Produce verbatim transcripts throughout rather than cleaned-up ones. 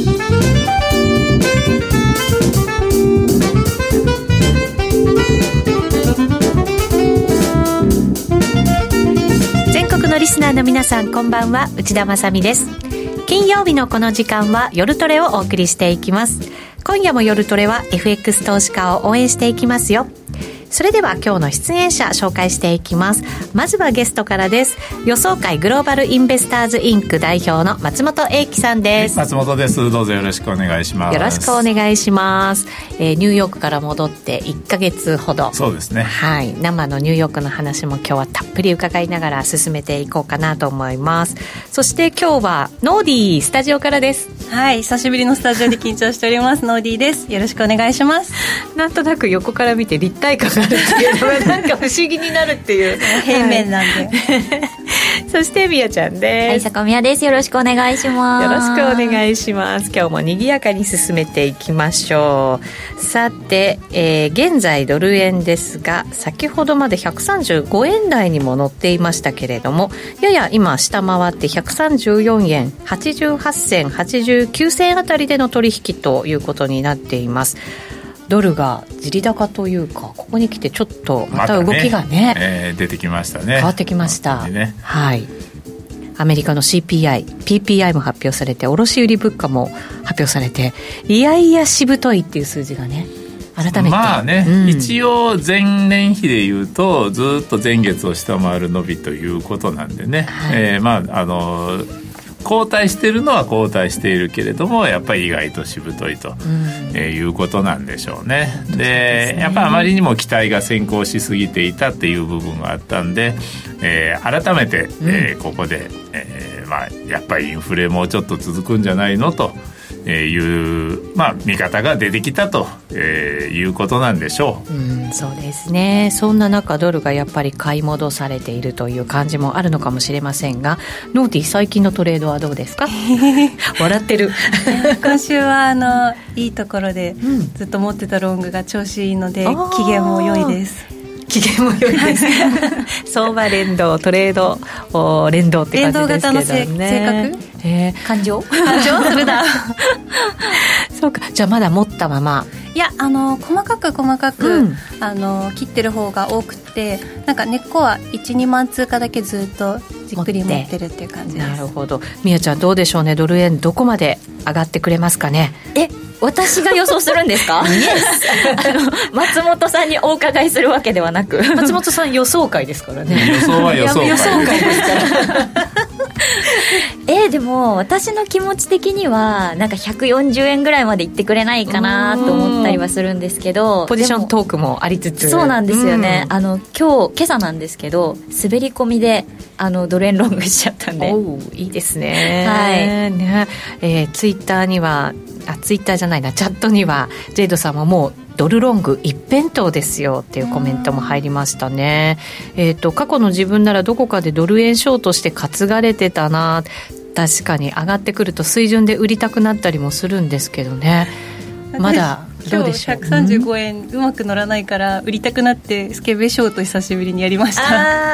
全国のリスナーの皆さん、こんばんは、内田まさみです。金曜日のこの時間は夜トレをお送りしていきます。今夜も夜トレは エフエックス 投資家を応援していきますよ。それでは今日の出演者紹介していきます。まずはゲストからです。予想会グローバルインベスターズインク代表の松本英樹さんです。 松本です。どうぞよろしくお願いします。 よろしくお願いします。えー、ニューヨークから戻っていっかげつほど。 そうですね。 はい。生のニューヨークの話も今日はたっぷり伺いながら進めていこうかなと思います。そして今日はノーディースタジオからです。 はい。久しぶりのスタジオで緊張しておりますノーディーです。よろしくお願いします。 なんとなく横から見て立体感があるっていうのがなんか不思議になるっていう平面なんで、はい、 そしてみやちゃんです。 はい、坂宮です。よろしくお願いします。 よろしくお願いします。今日も賑やかに進めていきましょう。さて、えー、現在ドル円ですが、先ほどまでひゃくさんじゅうごえん台にも乗っていましたけれども、やや今下回ってひゃくさんじゅうよんえんはちじゅうはちせんはちじゅうきゅうせんあたりでの取引ということになっています。ドルが地利高というか、ここに来てちょっとまた動きが ね, ね、 えー、出てきましたね。 変わってきました、 ね、 はい。アメリカの シーピーアイ、ピーピーアイ も発表されて、卸売物価も発表されて、いやいやしぶといっていう数字がね、改めてまあね、うん、一応前年比でいうとずっと前月を下回る伸びということなんでね、はい、えー、まああの後退しているのは後退しているけれども、やっぱり意外としぶといと、うん、えー、いうことなんでしょうね。で、でね、やっぱりあまりにも期待が先行しすぎていたっていう部分があったんで、えー、改めて、えー、ここで、えーまあ、やっぱりインフレもうちょっと続くんじゃないのとえー、いう、まあ、見方が出てきたと、えー、いうことなんでしょう。 うん、そうですね。そんな中ドルがやっぱり買い戻されているという感じもあるのかもしれませんが、ノーティー最近のトレードはどうですか？笑ってる。 今週はあのいいところでずっと持ってたロングが調子いいので、うん、機嫌も良いです。 機嫌も良いです。相場連動、トレード連動って感じですけどね。連動型の性格、 えー、感情感情それだ。 そうか。じゃあまだ持ったまま。 いや、あの細かく細かく、うん、あの切ってる方が多くて、なんか根っこはいち、にまん通貨だけずっとじっくり持ってるっていう感じです。 なるほど。みやちゃんどうでしょうね。ドル円どこまで上がってくれますかね。 え、私が予想するんですか？イエス。あの松本さんにお伺いするわけではなく、 松本さん予想会ですからね。 予想は予想会予想会ですからえー、でも私の気持ち的にはなんかひゃくよんじゅうえんぐらいまでいってくれないかなと思ったりはするんですけど、 ポジショントークもありつつ。 そうなんですよね。あの今日今朝なんですけど、滑り込みであのドル円ロングしちゃったんで。 おいいですね。 はい、 ね、えー、ツイッターにはあツイッターじゃないなチャットにはジェイドさんももうドルロング一辺倒ですよっていうコメントも入りましたね。えーと、過去の自分ならどこかでドル円ショートして担がれてたな。確かに上がってくると水準で売りたくなったりもするんですけどね。まだどうでしょう。 今日ひゃくさんじゅうごえんうまく乗らないから売りたくなってスケベショート久しぶりにやりました。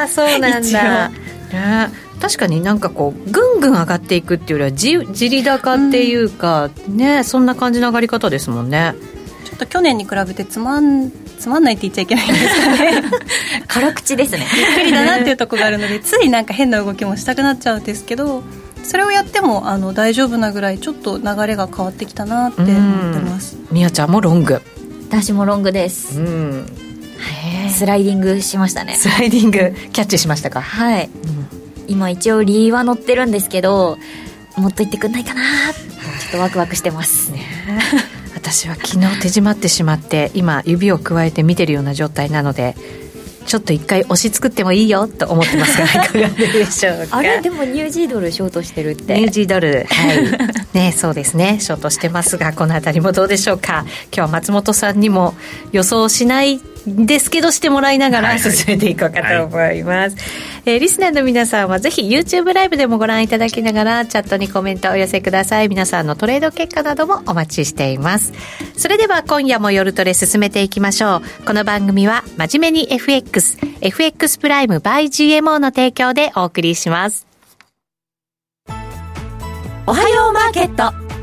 あー、そうなんだ、ね、確かになんかこうぐんぐん上がっていくっていうよりはじ地利高っていうか、うん、ね、そんな感じの上がり方ですもんね。 ちょっと去年に比べてつまんつまんないって言っちゃいけないんですかね。 辛口ですね。 ゆっくりだなっていうところがあるので、ついなんか変な動きもしたくなっちゃうんですけど、それをやってもあの大丈夫なぐらいちょっと流れが変わってきたなって思ってます。 みやちゃんもロング。 私もロングです。うん、へスライディングしましたね。 スライディングキャッチしましたか？ はい、うん、今一応リーは乗ってるんですけど、もっといってくんないかな、ちょっとワクワクしてますね。 私は昨日手締まってしまって今指をくわえて見てるような状態なので、ちょっと一回押し作ってもいいよと思ってますがいかがでしょうか。 あれでもニュージードルショートしてるって。 ニュージードル、はいね、そうですね、ショートしてますが、このあたりもどうでしょうか。今日は松本さんにも予想しないですけどしてもらいながら進めていこうかと思います、はいはい。えー、リスナーの皆さんはぜひ YouTube ライブでもご覧いただきながらチャットにコメントをお寄せください。皆さんのトレード結果などもお待ちしています。それでは今夜も夜トレ進めていきましょう。この番組は真面目に エフエックス エフエックス プライム by ジーエムオー の提供でお送りします。 おはようマーケット。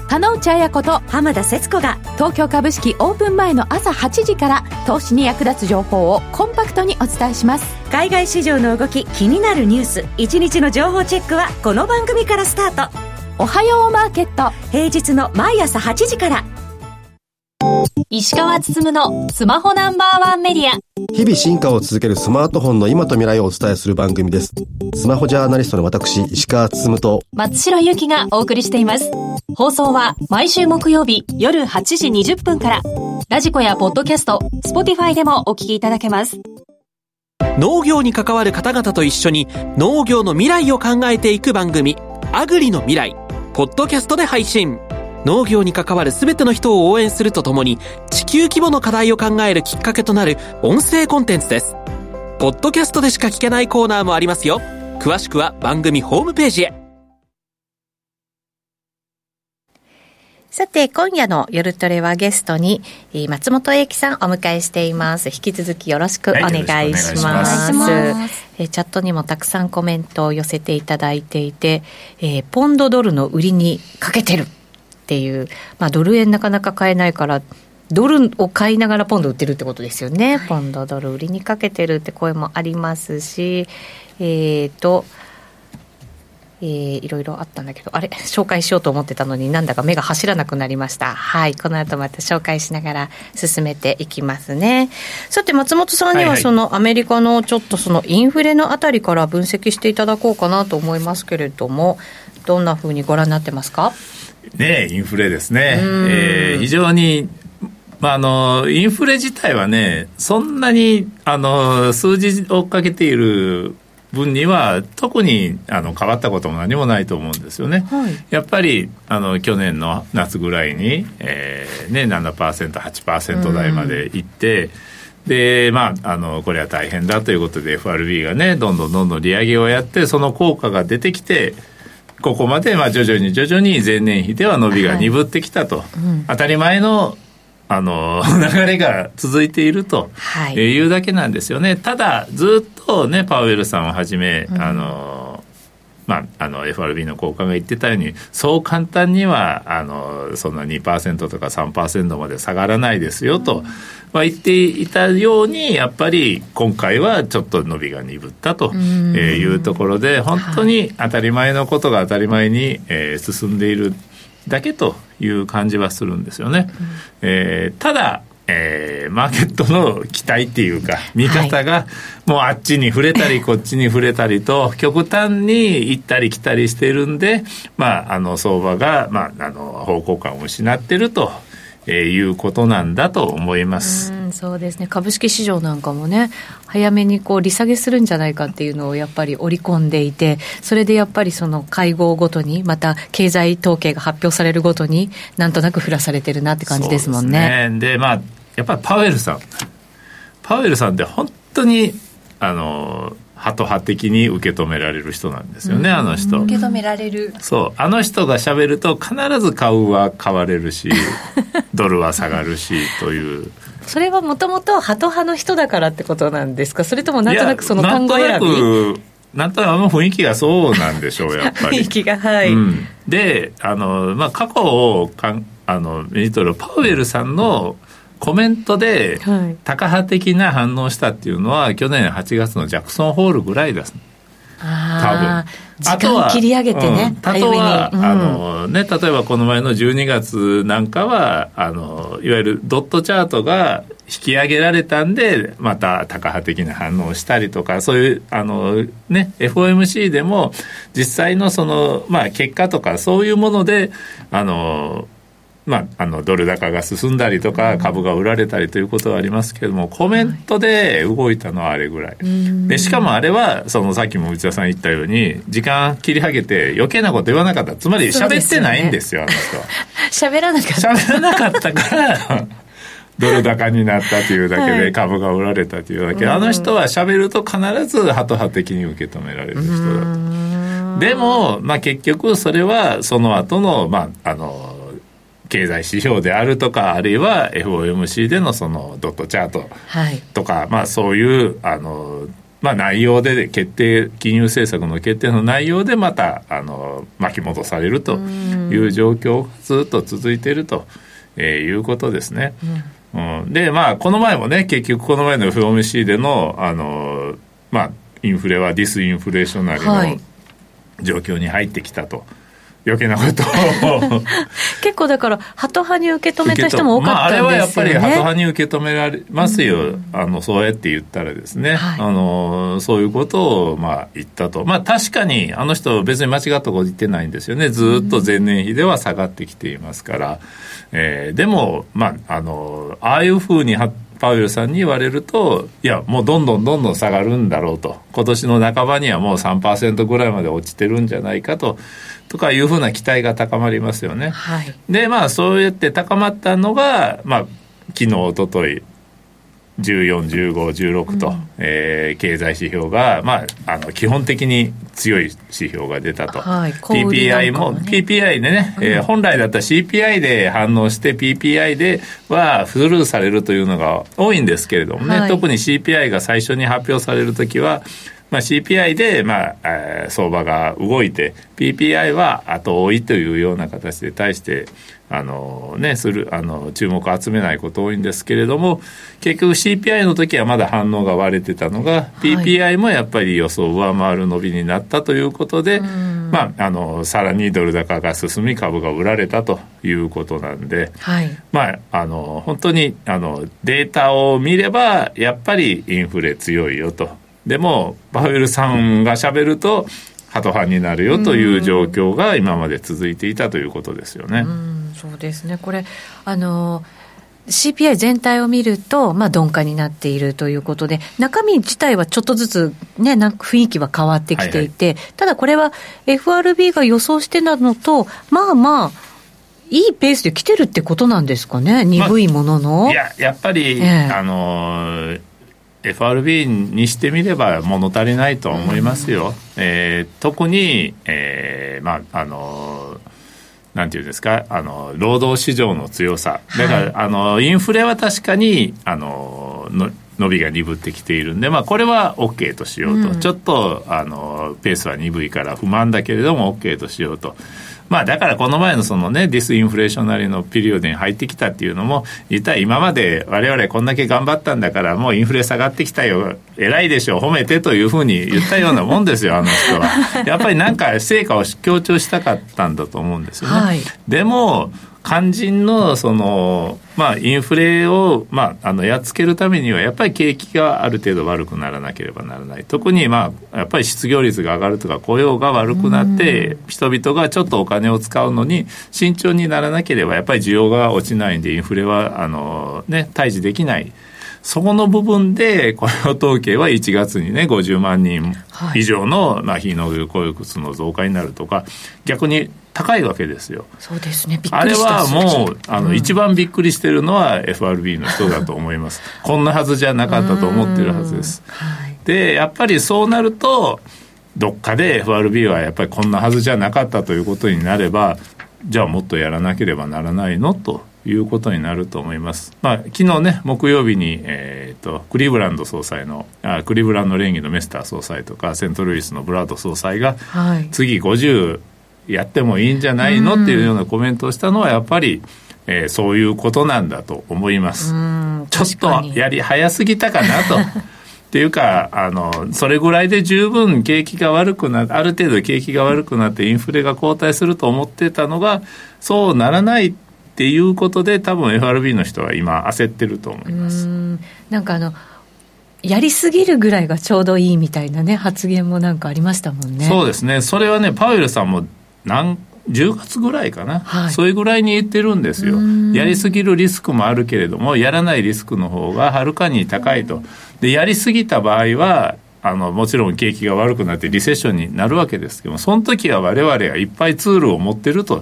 金内彩子と浜田節子が東京株式オープン前の朝はちじから投資に役立つ情報をコンパクトにお伝えします。 海外市場の動き、気になるニュース、一日の情報チェックはこの番組からスタート。 おはようマーケット、 平日の毎朝はちじから。 石川つつむのスマホナンバーワンメディア。 日々進化を続けるスマートフォンの今と未来をお伝えする番組です。スマホジャーナリストの私、石川つつむと松代ゆきがお送りしています。放送は毎週木曜日夜はちじにじゅっぷんから、ラジコやポッドキャスト、Spotify でもお聞きいただけます。 農業に関わる方々と一緒に農業の未来を考えていく番組、アグリの未来、ポッドキャストで配信。農業に関わるすべての人を応援するとともに、地球規模の課題を考えるきっかけとなる音声コンテンツです。ポッドキャストでしか聞けないコーナーもありますよ。詳しくは番組ホームページへ。 さて今夜の夜トレはゲストに松本英樹さんお迎えしています。引き続きよろしくお願いします。えチャットにもたくさんコメントを寄せていただいていて、えー、ポンドドルの売りにかけてるっていう、まあ、ドル円なかなか買えないからドルを買いながらポンド売ってるってことですよね、はい、ポンドドル売りにかけてるって声もありますし、えーとえー、いろいろあったんだけど、あれ紹介しようと思ってたのになんだか目が走らなくなりました。はい、この後また紹介しながら進めていきますね。さて松本さんにはそのアメリカのちょっとそのインフレのあたりから分析していただこうかなと思いますけれども、どんなふうにご覧になってますか？ ね、インフレですね、えー、非常に、まあ、あのインフレ自体はねそんなにあの数字を追っかけている分には特にあの変わったことも何もないと思うんですよね、はい、やっぱりあの去年の夏ぐらいに、えーね、ななパーセント、はちパーセント 台までいって、でまあ、あのこれは大変だということで エフアールビー がねどんどんどんどん利上げをやってその効果が出てきてここまでまあ徐々に徐々に前年比では伸びが鈍ってきたと、はいうん、当たり前の、あの流れが続いているというだけなんですよね、はい、ただずっとねパウエルさんをはじめ、うんあのまあ、あの エフアールビー の高官が言ってたようにそう簡単にはあのそんな にパーセント とか さんパーセント まで下がらないですよと、うんまあ、言っていたようにやっぱり今回はちょっと伸びが鈍ったというところで本当に当たり前のことが当たり前に、えー、進んでいるだけという感じはするんですよね、うんえー、ただえー、マーケットの期待っていうか見方がもうあっちに触れたりこっちに触れたりと極端に行ったり来たりしてるんで、まあ、あの相場が、まあ、あの方向感を失ってるとえー、いうことなんだと思います。 うんそうですね、株式市場なんかもね早めにこう利下げするんじゃないかっていうのをやっぱり織り込んでいて、それでやっぱりその会合ごとにまた経済統計が発表されるごとになんとなく振らされてるなって感じですもんね。 そうですね。でまあやっぱりパウエルさんパウエルさんって本当にあのハト派的に受け止められる人なんですよね、あの人。 受け止められる。 そう、あの人が喋ると必ず株は買われるしドルは下がるしというそれはもともとハト派の人だからってことなんですか？それともなんとなくその単語選びなんとなくあの雰囲気がそうなんでしょうやっぱり雰囲気がはい、 うん、であの、まあ、過去をかんあの目に取るパウエルさんのコメントでタカ派的な反応したっていうのは去年はちがつのジャクソンホールぐらいです。 あ多分時間切り上げてね、 うん、あとは、うん、あのね、例えばこの前のじゅうにがつなんかはあのいわゆるドットチャートが引き上げられたんでまたタカ派的な反応をしたりとか、そういうあの、ね、エフオーエムシー でも実際のその、まあ、結果とかそういうものであのまあ、あのドル高が進んだりとか株が売られたりということはありますけれども、コメントで動いたのはあれぐらいで、しかもあれはそのさっきも内田さん言ったように時間切り上げて余計なこと言わなかった、つまり喋ってないんですよ、あの人は喋らなかった喋らなかったからドル高になったというだけで株が売られたというだけで、はい、あの人は喋ると必ずハト派的に受け止められる人だと。でも、まあ、結局それはその後の、まあ、あの経済指標であるとか、あるいは エフオーエムシー でのそのドットチャートとか、はい、まあ、そういうあのまあ、内容で決定金融政策の決定の内容でまたあの巻き戻されるという状況がずっと続いていると、えー、いうことですね、うんうん、でまあこの前もね結局この前の エフオーエムシー でのあの、まあ、インフレはディスインフレーショナリの状況に入ってきたと、余計なことを結構だからハト派に受け止めた人も多かったんですよね、 まあ、あれはやっぱりハト派に受け止められますよ、うん、あのそうやって言ったらですね、はい、あのそういうことをまあ言ったと、まあ、確かにあの人別に間違ったこと言ってないんですよね。ずっと前年比では下がってきていますから、うんえー、でも、まあ、あのああいうふうにパウエルさんに言われると、いやもうどんどんどんどん下がるんだろうと、今年の半ばにはもう さんパーセント ぐらいまで落ちてるんじゃないかととかいうふうな期待が高まりますよね、はい、でまあそうやって高まったのが、まあ、昨日おとといじゅうよん、じゅうご、じゅうろくと、うんえー、経済指標が、まあ、あの基本的に強い指標が出たと、はい、ピーピーアイ も、ね、ピーピーアイ でね、うんえー、本来だったら シーピーアイ で反応して ピーピーアイ ではスルーされるというのが多いんですけれどもね、はい、特に シーピーアイ が最初に発表されるときはまあ、シーピーアイ で、まあえー、相場が動いて ピーピーアイ は後追いというような形で対してあの、ね、するあの注目を集めないこと多いんですけれども、結局 シーピーアイ の時はまだ反応が割れてたのが、はい、ピーピーアイ もやっぱり予想を上回る伸びになったということで、まあ、あのさらにドル高が進み株が売られたということなんで、はいまあ、あの本当にあのデータを見ればやっぱりインフレ強いよと。でもパウエルさんがしゃべるとハト派になるよという状況が今まで続いていたということですよね。 うん、そうですね。これあの シーピーアイ 全体を見ると、まあ、鈍化になっているということで、中身自体はちょっとずつ、ね、なんか雰囲気は変わってきていて、はいはい、ただこれは エフアールビー が予想してたのとまあまあいいペースで来てるってことなんですかね。鈍いものの、まあ、 いややっぱり、えー、あのーエフアールビー にしてみれば物足りないと思いますよ、うんえー、特に、えー、まああのなんていうんですか、あの労働市場の強さだから、はい、あのインフレは確かにあのの伸びが鈍ってきているんで、まあ、これは OK としようと、うん、ちょっとあのペースは鈍いから不満だけれども OK としようと。まあ、だからこの前のそのねディスインフレーショナリのピリオドに入ってきたっていうのも、実は今まで我々こんだけ頑張ったんだからもうインフレ下がってきたよ、偉いでしょ褒めてというふうに言ったようなもんですよあの人はやっぱりなんか成果を強調したかったんだと思うんですよね、はい、でも肝心のその、まあ、インフレを、まあ、あのやっつけるためにはやっぱり景気がある程度悪くならなければならない。特に、まあ、やっぱり失業率が上がるとか雇用が悪くなって人々がちょっとお金を使うのに慎重にならなければやっぱり需要が落ちないんでインフレはあの、ね、対峙できない。そこの部分で雇用統計はいちがつにねごじゅうまんにん以上の、はいまあ、非農業雇用数の増加になるとか逆に高いわけですよ。 そうですね。びっくりした。 あれはもうあの、うん、一番びっくりしてるのは エフアールビー の人だと思いますこんなはずじゃなかったと思ってるはずです、はい、でやっぱりそうなるとどっかで エフアールビー はやっぱりこんなはずじゃなかったということになれば、じゃあもっとやらなければならないのということになると思います。まあ、昨日ね木曜日に、えー、とクリーブランド総裁のあクリーブランド連議のメスター総裁とかセントルイスのブラッド総裁が、はい、次ごじゅうやってもいいんじゃないのっていうようなコメントをしたのはやっぱり、えー、そういうことなんだと思います。うんちょっとやり早すぎたかなとっていうかあのそれぐらいで十分景気が悪くなある程度景気が悪くなってインフレが後退すると思ってたのがそうならないっていうことで多分 エフアールビー の人は今焦ってると思います。 うんなんかあのやりすぎるぐらいがちょうどいいみたいなね発言もなんかありましたもんね。 そうですね。それはねパウエルさんも何じゅうがつぐらいかな、はい、そういうぐらいに言ってるんですよ。やりすぎるリスクもあるけれどもやらないリスクの方がはるかに高いと。でやりすぎた場合はあのもちろん景気が悪くなってリセッションになるわけですけども、その時は我々はいっぱいツールを持ってると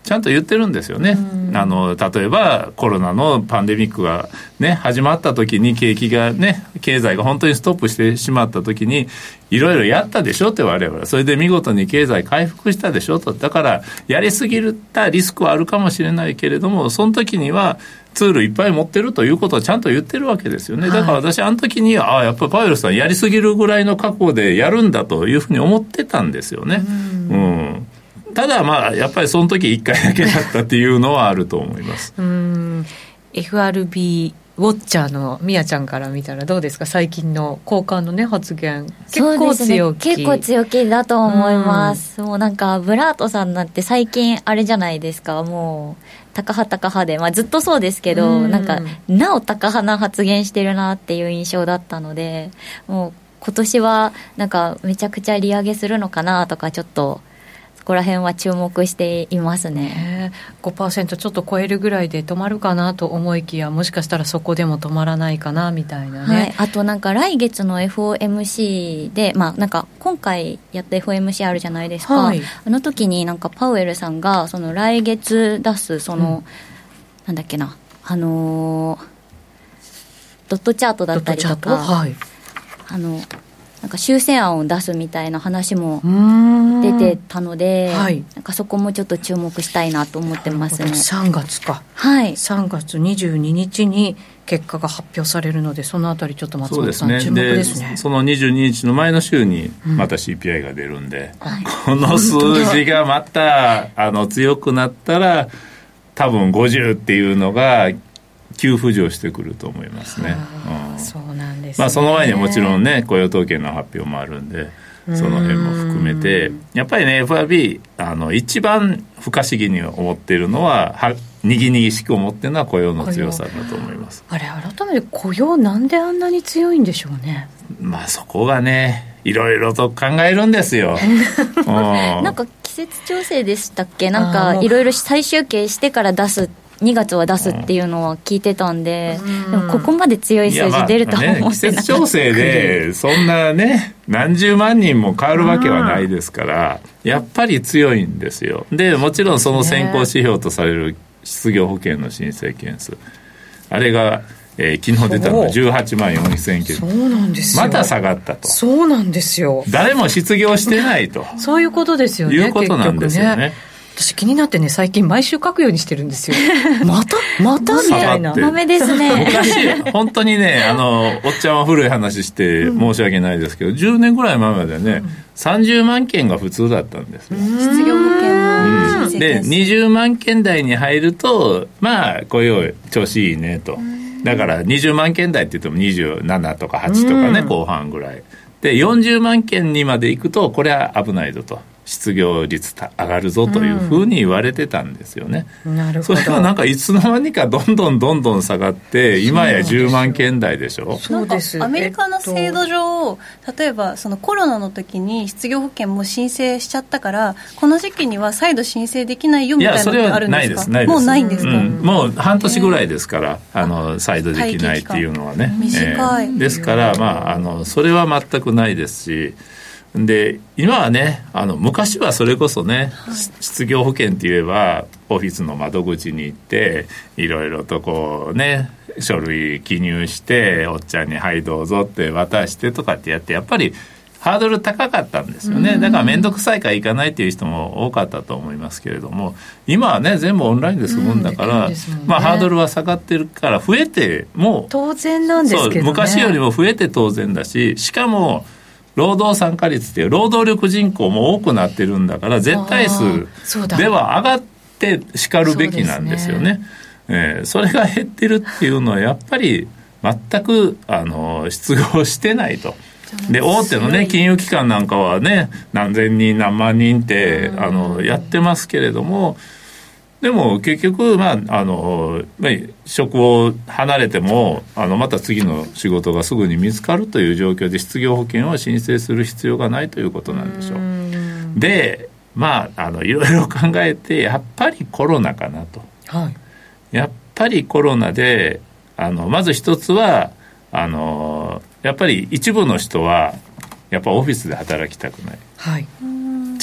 ちゃんと言ってるんですよね。あの例えばコロナのパンデミックが、ね、始まった時に景気がね経済が本当にストップしてしまった時にいろいろやったでしょって我々はそれで見事に経済回復したでしょと。だからやりすぎたリスクはあるかもしれないけれどもその時にはツールいっぱい持ってるということをちゃんと言ってるわけですよね。だから私あの時にああやっぱりパウエルさんやりすぎるぐらいの覚悟でやるんだというふうに思ってたんですよね。うん、うんただまあやっぱりその時いっかいだけだったっていうのはあると思いますうーん エフアールビー ウォッチャーのみやちゃんから見たらどうですか最近の高官のね発言結構強気、 ね、結構強気だと思います。もうなんかブラートさんなんて最近あれじゃないですかもうタカ派タカ派で、まあ、ずっとそうですけどなんかなおタカ派な発言してるなっていう印象だったのでもう今年はなんかめちゃくちゃ利上げするのかなとかちょっとここら辺は注目していますね。 ごパーセント ちょっと超えるぐらいで止まるかなと思いきやもしかしたらそこでも止まらないかなみたいなね、 はい、あとなんか来月の エフオーエムシー で、まあ、なんか今回やった エフオーエムシー あるじゃないですか、はい、あの時になんかパウエルさんがその来月出すその、うん、なんだっけなあのー、ドットチャートだったりとか、はい、あのなんか修正案を出すみたいな話も出てたので、はい、なんかそこもちょっと注目したいなと思ってますね。 さんがつか、 はい、 さんがつにじゅうににちに結果が発表されるのでそのあたりちょっと松本さん、ね、注目ですね。 でそのにじゅうににちの前の週にまた シーピーアイ が出るんで、うん、この数字がまたあの強くなったら多分ごじゅうっていうのが急浮上してくると思いますね。 うん、そうなんですね。 まあ、その前にはもちろんね雇用統計の発表もあるんでその辺も含めてやっぱりね エフアールビー あの一番不可思議に思っているのははにぎにぎしく思っているのは雇用の強さだと思います。 あれ改めて雇用なんであんなに強いんでしょうね。 まあそこがねいろいろと考えるんですよなんか季節調整でしたっけなんかいろいろ再集計してから出すにがつは出すっていうのは聞いてたんで、うん、でもここまで強い数字出るとは思ってなかった、 ね、季節調整でそんなね何十万人も変わるわけはないですからやっぱり強いんですよ。でもちろんその先行指標とされる失業保険の申請件数あれが、えー、昨日出たのがじゅうはちまんよんせんけんそうなんですよまた下がったと。 そうなんですよ誰も失業してないとそういうことですよねいうことなんですよね。 私気になってね最近毎週書くようにしてるんですよまたまたみたいな豆ですね昔本当にねあのおっちゃんは古い話して申し訳ないですけど、うん、じゅうねんぐらい前までね、うん、さんじゅうまんけんが普通だったんですよ。 失業保険の申請件数、 うん、でにじゅうまんけん台に入るとまあ雇用調子いいねとだからにじゅうまんけん台って言ってもにじゅうななとかはちとかね、うん、後半ぐらいでよんじゅうまんけんにまで行くとこれは危ないぞと失業率上がるぞというふうに言われてたんですよね、 うん、なるほど。 それはなんかいつの間にかどんどんどんどん下がって今やじゅうまんけん台でしょ。 そうです。アメリカの制度上、えっと、例えばそのコロナの時に失業保険も申請しちゃったからこの時期には再度申請できないよみたいなのがあるんですか。いやそれはないですないです。もうないんですか、うん、 もう半年ぐらいですから、えー、あの再度できないっていうのはね短い、えー、ですから、まあ、あのそれは全くないですしで今はねあの昔はそれこそね、はい、失業保険って言えばオフィスの窓口に行っていろいろとこうね書類記入しておっちゃんにはいどうぞって渡してとかってやってやっぱりハードル高かったんですよね。だから面倒くさいから行かないっていう人も多かったと思いますけれども今はね全部オンラインで済むんだから、うんねまあ、ハードルは下がってるから増えても当然なんですけどね。 そう昔よりも増えて当然だししかも労働参加率っていう労働力人口も多くなってるんだから絶対数では上がってしかるべきなんですよね。そ, えー、それが減ってるっていうのはやっぱり全くあの失業してないと。で大手のね金融機関なんかはね何千人何万人ってあのやってますけれどもでも結局、まああのまあ、職を離れてもあのまた次の仕事がすぐに見つかるという状況で失業保険を申請する必要がないということなんでしょう。うで、まあ、あのいろいろ考えてやっぱりコロナかなと、はい、やっぱりコロナであのまず一つはあのやっぱり一部の人はやっぱオフィスで働きたくない、はい、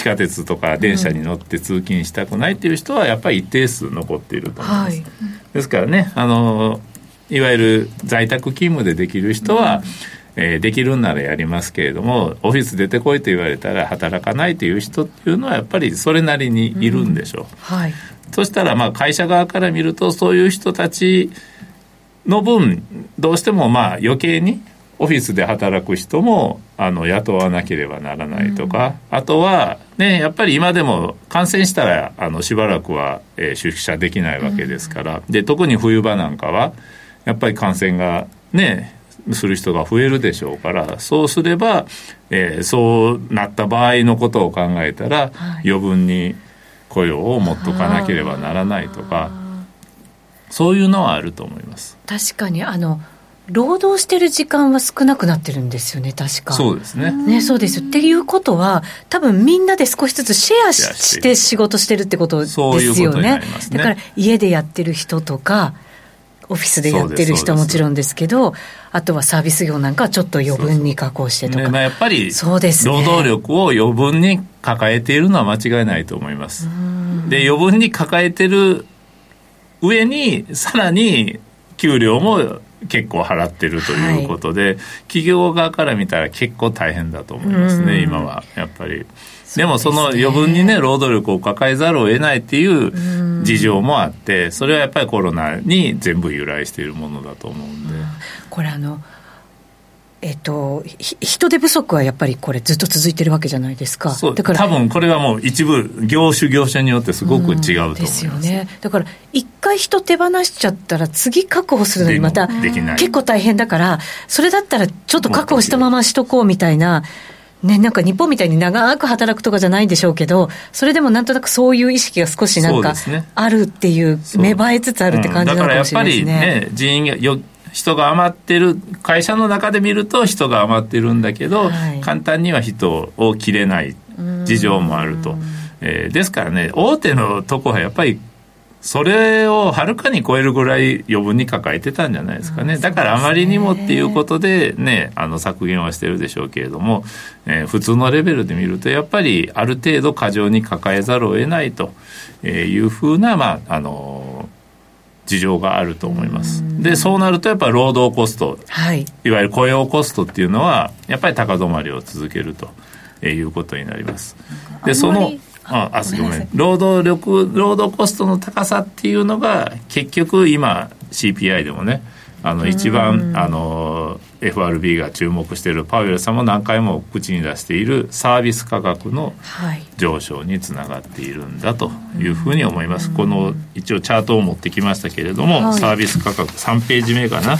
地下鉄とか電車に乗って通勤したくないっていう人はやっぱり一定数残っていると思います、はい、ですからね、あのいわゆる在宅勤務でできる人は、うんえー、できるんならやりますけれども、オフィス出てこいと言われたら働かないという人っていうのはやっぱりそれなりにいるんでしょう、うんはい、そしたらまあ会社側から見るとそういう人たちの分どうしてもまあ余計にオフィスで働く人もあの雇わなければならないとか、うん、あとは、ね、やっぱり今でも感染したらあのしばらくは、えー、出社できないわけですから、うん、で特に冬場なんかはやっぱり感染がねする人が増えるでしょうから、そうすれば、えー、そうなった場合のことを考えたら、はい、余分に雇用を持っとかなければならないとか、そういうのはあると思います。 確かにあの労働してる時間は少なくなってるんですよね、確か。 そうですね。 ね、そうですっていうことは多分みんなで少しずつシェア し, して仕事してるってことですよね。そういうことになりますね。だから家でやってる人とかオフィスでやってる人はもちろんですけど、あとはサービス業なんかはちょっと余分に確保してとか、 ねまあ、やっぱり労働力を余分に抱えているのは間違いないと思います。で余分に抱えてる上にさらに給料も結構払ってるということで、はい、企業側から見たら結構大変だと思いますね、今はやっぱり。でもその余分にね労働力を抱えざるを得ないっていう事情もあって、それはやっぱりコロナに全部由来しているものだと思うんで、 これあのえっと、人手不足はやっぱりこれずっと続いてるわけじゃないですか。 そうだから多分これはもう一部業種業者によってすごく違うと思います、 ですよね。だから一回人手放しちゃったら次確保するのにまた結構大変だから、それだったらちょっと確保したまましとこうみたいな、ね、なんか日本みたいに長く働くとかじゃないんでしょうけど、それでもなんとなくそういう意識が少しなんかあるっていう、芽生えつつあるって感じなのかもしれないですね、 うん、だからやっぱりね人員がよ人が余ってる会社の中で見ると人が余ってるんだけど、はい、簡単には人を切れない事情もあると、えー、ですからね大手のとこはやっぱりそれをはるかに超えるぐらい余分に抱えてたんじゃないですかね。だからあまりにもっていうことでねあの削減はしてるでしょうけれども、えー、普通のレベルで見るとやっぱりある程度過剰に抱えざるを得ないというふうなまああの事情があると思います。でそうなるとやっぱり労働コスト、はい、いわゆる雇用コストっていうのはやっぱり高止まりを続けるということになります。でそのああごめん労働力労働コストの高さっていうのが結局今 シーピーアイ でもねあの一番あの エフアールビー が注目しているパウエルさんも何回も口に出しているサービス価格の上昇につながっているんだというふうに思います。この一応チャートを持ってきましたけれども、はい、サービス価格さんページ目かな、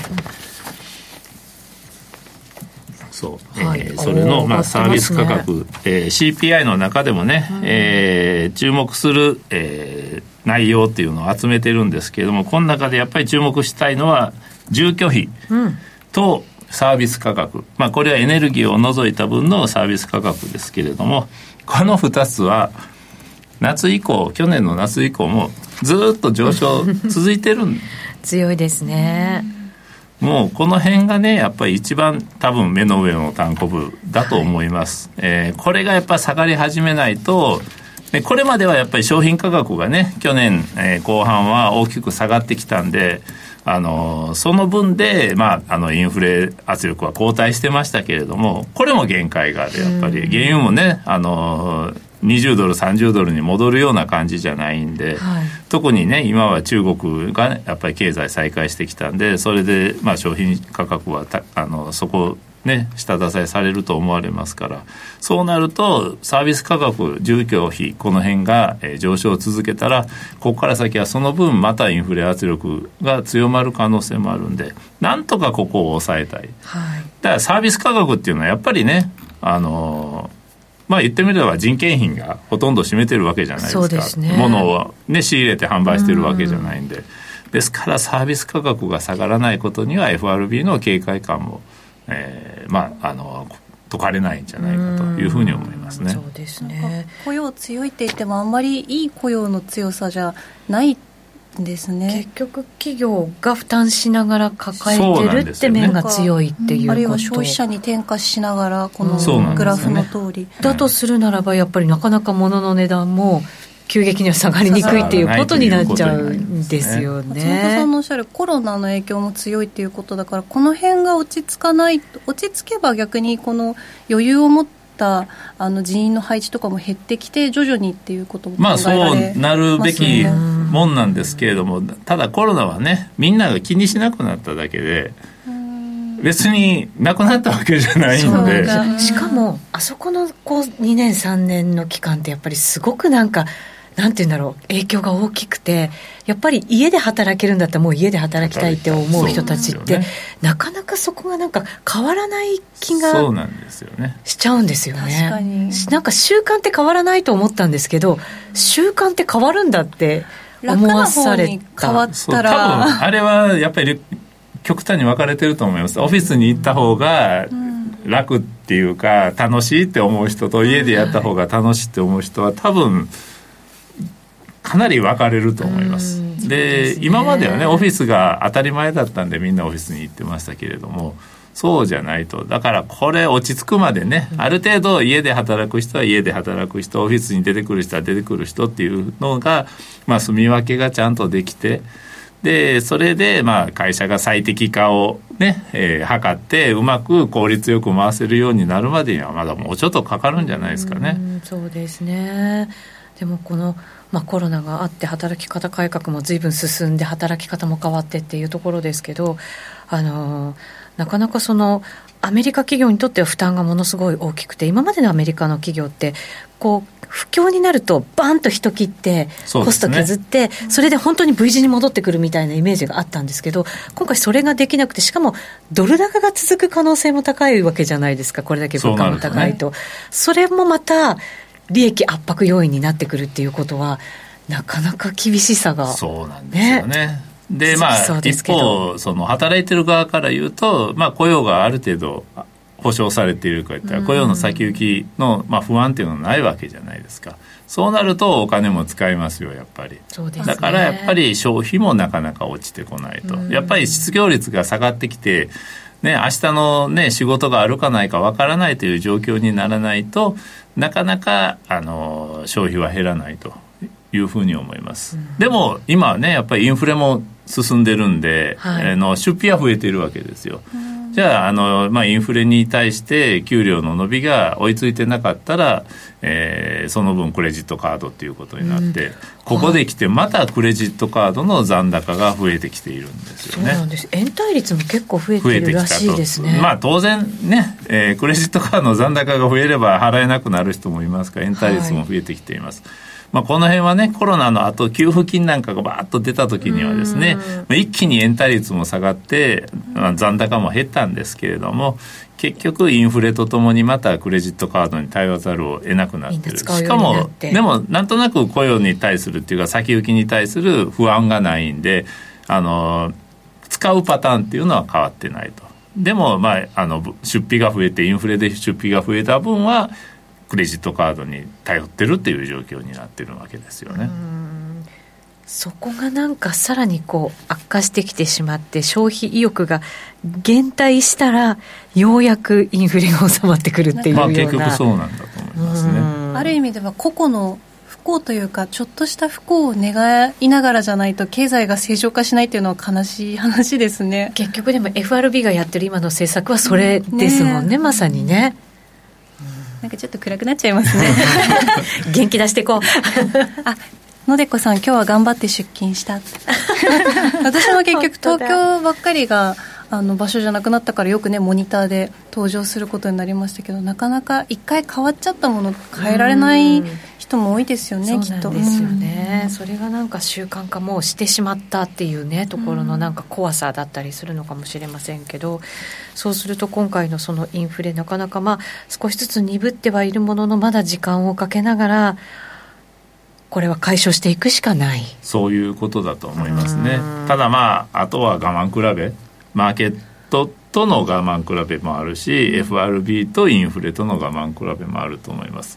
そう、はいえー、それの、まあ、サービス価格、えー、シーピーアイ の中でもね、うんえー、注目する、えー、内容っていうのを集めてるんですけれども、この中でやっぱり注目したいのは住居費とサービス価格、まあ、これはエネルギーを除いた分のサービス価格ですけれども、このふたつは夏以降去年の夏以降もずっと上昇続いてるん強いですね。 もうこの辺がねやっぱり一番多分目の上の単行部だと思います、はいえー、これがやっぱ下がり始めないと、でこれまではやっぱり商品価格がね去年、えー、後半は大きく下がってきたんで、あのー、その分で、まあ、あのインフレ圧力は後退してましたけれども、これも限界がある。やっぱり原油もね、あのーにじゅうドルさんじゅうドルに戻るような感じじゃないんで、はい、特にね今は中国が、ね、やっぱり経済再開してきたんで、それで、まあ、商品価格はたあのそこね下支えされると思われますから、そうなるとサービス価格住居費この辺が、えー、上昇を続けたら、ここから先はその分またインフレ圧力が強まる可能性もあるんで、なんとかここを抑えたい、はい、だからサービス価格っていうのはやっぱりねあのーまあ、言ってみれば人件費がほとんど占めてるわけじゃないですか。 そうですね、 物を、ね、仕入れて販売してるわけじゃないんで、ですからサービス価格が下がらないことには エフアールビー の警戒感も、えーまあ、あの解かれないんじゃないかというふうに思いますね。 そうですね。 雇用強いって言ってもあんまりいい雇用の強さじゃないですね。 結局企業が負担しながら抱えてるって面が強いっていうこと、 あるいは消費者に転嫁しながらこのグラフの通り、 うん、だとするならばやっぱりなかなか物の値段も急激には下がりにくいっていうことになっちゃうんですよね。 松本さんのおっしゃるコロナの影響も強いっていうことだから、この辺が落ち着かない、落ち着けば逆にこの余裕を持ったあの人員の配置とかも減ってきて徐々にっていうことも考えられますね。 まあそうなるべきもんなんですけれども、ただコロナはねみんなが気にしなくなっただけで別になくなったわけじゃないんで、 しかもあそこのこうにねんさんねんの期間ってやっぱりすごくなんかなんていうんだろう、影響が大きくて、やっぱり家で働けるんだったらもう家で働きたいって思う人たちって、ね、なかなかそこがなんか変わらない気がそうなんですよねしちゃうんですよね。 確かになんか習慣って変わらないと思ったんですけど、習慣って変わるんだって思わされた。楽な方に変わったら多分あれはやっぱり極端に分かれてると思います。オフィスに行った方が楽っていうか楽しいって思う人と、家でやった方が楽しいって思う人は多分かなり分かれると思います。で、今まではねオフィスが当たり前だったんでみんなオフィスに行ってましたけれども、そうじゃないと。だからこれ落ち着くまでね、ある程度家で働く人は家で働く人、オフィスに出てくる人は出てくる人っていうのが、まあ、住み分けがちゃんとできて、でそれでまあ会社が最適化をね、えー、測ってうまく効率よく回せるようになるまでにはまだもうちょっとかかるんじゃないですかね。 うん、そうですね。でもこの、まあ、コロナがあって働き方改革も随分進んで働き方も変わってっていうところですけど、あのー、なかなかそのアメリカ企業にとっては負担がものすごい大きくて、今までのアメリカの企業ってこう不況になるとバンと人切ってコスト削って、そ, それで本当に V 字に戻ってくるみたいなイメージがあったんですけど、今回それができなくて、しかもドル高が続く可能性も高いわけじゃないですか。これだけ物価も高いと そ, ね、それもまた利益圧迫要因になってくるっていうことはなかなか厳しさが、 そうなんですよね。でまあ一方その働いてる側から言うと、まあ、雇用がある程度保障されているかいったら、雇用の先行きの、まあ、不安っていうのはないわけじゃないですか。そうなるとお金も使いますよやっぱり。 そうですね。 だからやっぱり消費もなかなか落ちてこないと、やっぱり失業率が下がってきてね、明日の、ね、仕事があるかないかわからないという状況にならないと、なかなかあの消費は減らないというふうに思います、うん、でも今はねやっぱりインフレも進んでるんで、はい、あの出費は増えているわけですよ、うん、じゃあ、あの、まあ、インフレに対して給料の伸びが追いついてなかったら、えー、その分クレジットカードっていうことになって、うん、ここで来てまたクレジットカードの残高が増えてきているんですよね。 そうなんです。延滞率も結構増えているらしいですね。 まあ、当然ね、えー、クレジットカードの残高が増えれば払えなくなる人もいますから延滞率も増えてきています、はい。まあ、この辺はねコロナの後給付金なんかがバーッと出た時にはですね、一気に延滞率も下がって、まあ、残高も減ったんですけれども、結局インフレとともにまたクレジットカードに頼らざるを得なくなっている。しかもでもなんとなく雇用に対するっていうか先行きに対する不安がないんで、あの使うパターンっていうのは変わってないと。でも、まあ、あの出費が増えてインフレで出費が増えた分はクレジットカードに頼ってるっていう状況になってるわけですよね。 うん、そこがなんかさらにこう悪化してきてしまって、消費意欲が減退したらようやくインフレが収まってくるっていうような、まあ、 結局そうなんだと思いますね。 ある意味では個々の不幸というかちょっとした不幸を願いながらじゃないと経済が正常化しないっていうのは悲しい話ですね。 結局でも エフアールビー がやってる今の政策はそれですもんね、ね、まさにね。 なんかちょっと暗くなっちゃいますね元気出していこうあ、のでこさん今日は頑張って出勤した私も結局東京ばっかりがあの場所じゃなくなったからよくねモニターで登場することになりましたけど、なかなか一回変わっちゃったもの変えられない人も多いですよね、きっと。 そうなんですよね、うん、それがなんか習慣化もしてしまったっていうねところのなんか怖さだったりするのかもしれませんけど、そうすると今回のそのインフレなかなかまあ少しずつ鈍ってはいるものの、まだ時間をかけながらこれは解消していくしかない、 そういうことだと思いますね。ただまああとは我慢比べ、マーケットとの我慢比べもあるし、うん、エフアールビー とインフレとの我慢比べもあると思います。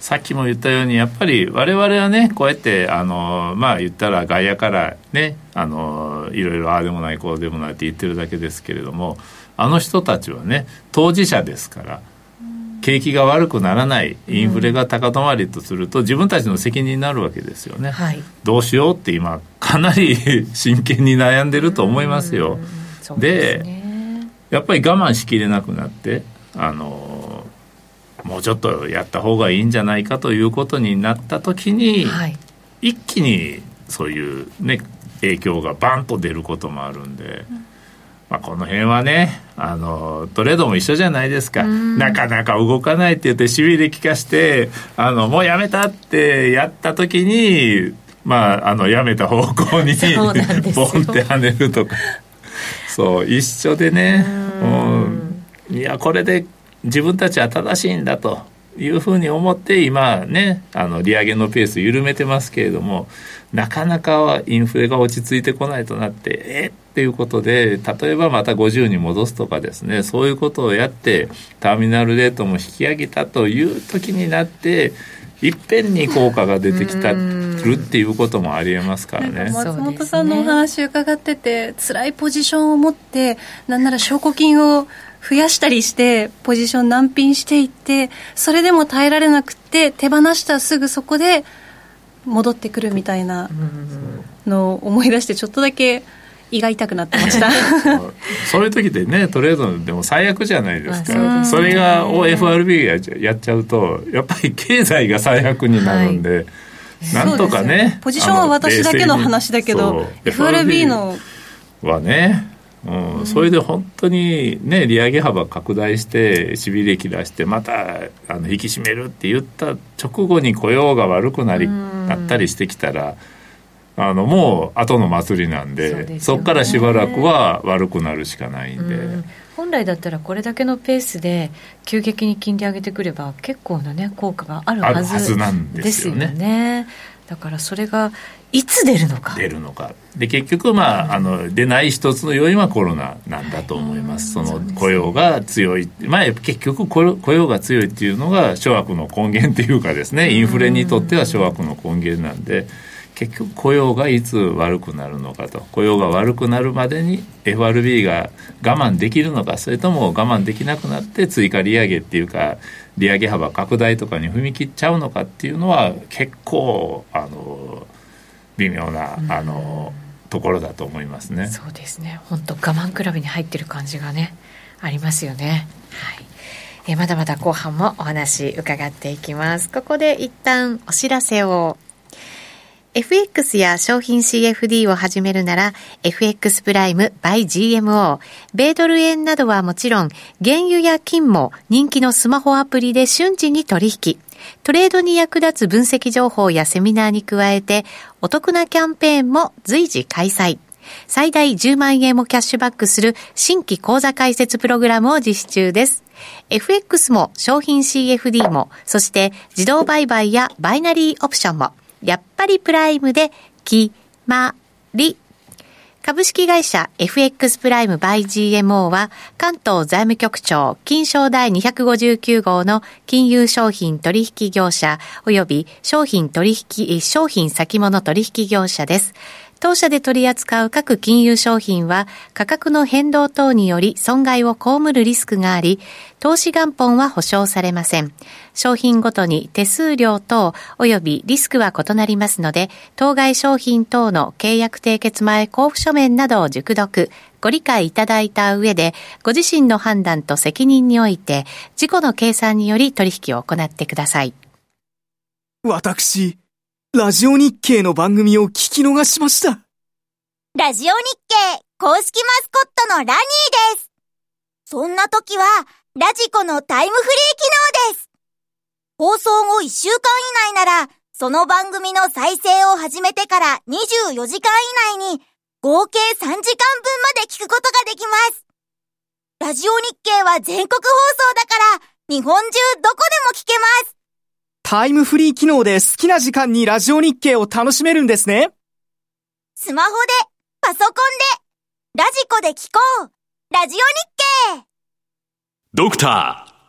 さっきも言ったようにやっぱり我々はねこうやってあのまあ言ったら外野からねあのいろいろああでもないこうでもないって言ってるだけですけれども、あの人たちはね当事者ですから、景気が悪くならない、インフレが高止まりとすると自分たちの責任になるわけですよね、はい、どうしようって今かなり真剣に悩んでると思いますよ。そうですね。でやっぱり我慢しきれなくなってあのもうちょっとやった方がいいんじゃないかということになった時に、はい、一気にそういうね影響がバンと出ることもあるんで、うんまあ、この辺はねあのトレードも一緒じゃないですか。なかなか動かないって言ってしびれ利かしてあのもうやめたってやった時に、まあ、あのやめた方向にボンって跳ねるとかそう一緒でね、うん、いやこれで自分たちは正しいんだというふうに思って今ねあの利上げのペース緩めてますけれども、なかなかインフレが落ち着いてこないとなってえっていうことで、例えばまたごじゅうに戻すとかですね、そういうことをやってターミナルレートも引き上げたという時になっていっぺんに効果が出てきたるっていうこともありえますからね。 松本さんのお話伺ってて、辛いポジションを持ってなんなら証拠金を増やしたりしてポジション難品していって、それでも耐えられなくて手放したらすぐそこで戻ってくるみたいなのを思い出して、ちょっとだけ胃が痛くなってましたそういう時ってねトレードでも最悪じゃないですか。 そ, それがを エフアールビー がやっちゃうとやっぱり経済が最悪になるんで、はい、なんとか ね, ねポジションは私だけの話だけど エフアールビー のはね、うんうん、それで本当にね利上げ幅拡大してしびれ切らしてまたあの引き締めるって言った直後に雇用が悪くなりなったりしてきたら、あのもう後の祭りなんで、 そうですよね、そこからしばらくは悪くなるしかないんで、うん、 本来だったらこれだけのペースで急激に金利上げてくれば結構な、ね、効果があるはず、 あるはずなんですよね。 ですよね。だからそれがいつ出るのか出るのかで結局、まあ、うん、あの出ない一つの要因はコロナなんだと思います、はい、その雇用が強い、まあ、結局雇用が強いっていうのが諸悪の根源っていうかですね、インフレにとっては諸悪の根源なんで、結局雇用がいつ悪くなるのかと、雇用が悪くなるまでに エフアールビー が我慢できるのか、それとも我慢できなくなって追加利上げっていうか利上げ幅拡大とかに踏み切っちゃうのかっていうのは結構あの微妙なあのところだと思いますね。 そうですね、本当我慢比べに入ってる感じがねありますよね。はい、えまだまだ後半もお話伺っていきます。ここで一旦お知らせを。エフエックス や商品 シーエフディー を始めるなら エフエックス プライム by ジーエムオー、 米ドル円などはもちろん原油や金も人気のスマホアプリで瞬時に取引、トレードに役立つ分析情報やセミナーに加えてお得なキャンペーンも随時開催。最大じゅうまんえんもキャッシュバックする新規口座開設プログラムを実施中です。エフエックス も商品 シーエフディー も、そして自動売買やバイナリーオプションもやっぱりプライムで決まり。株式会社 エフエックス プライム by ジーエムオー は関東財務局長金商第にひゃくごじゅうきゅう号の金融商品取引業者及び商品取引、商品先物取引業者です。当社で取り扱う各金融商品は価格の変動等により損害を被るリスクがあり、投資元本は保証されません。商品ごとに手数料等及びリスクは異なりますので、当該商品等の契約締結前交付書面などを熟読、ご理解いただいた上で、ご自身の判断と責任において、自己の計算により取引を行ってください。 私、ラジオ日経の番組を聞き逃しました。 ラジオ日経公式マスコットのラニーです。そんな時は、ラジコのタイムフリー機能です。放送後いっしゅうかん以内なら、その番組の再生を始めてからにじゅうよじかん以内に、合計さんじかんぶんまで聞くことができます。ラジオ日経は全国放送だから、日本中どこでも聞けます。 タイムフリー機能で好きな時間にラジオ日経を楽しめるんですね。 スマホで、パソコンで、ラジコで聞こう。ラジオ日経。 ドクター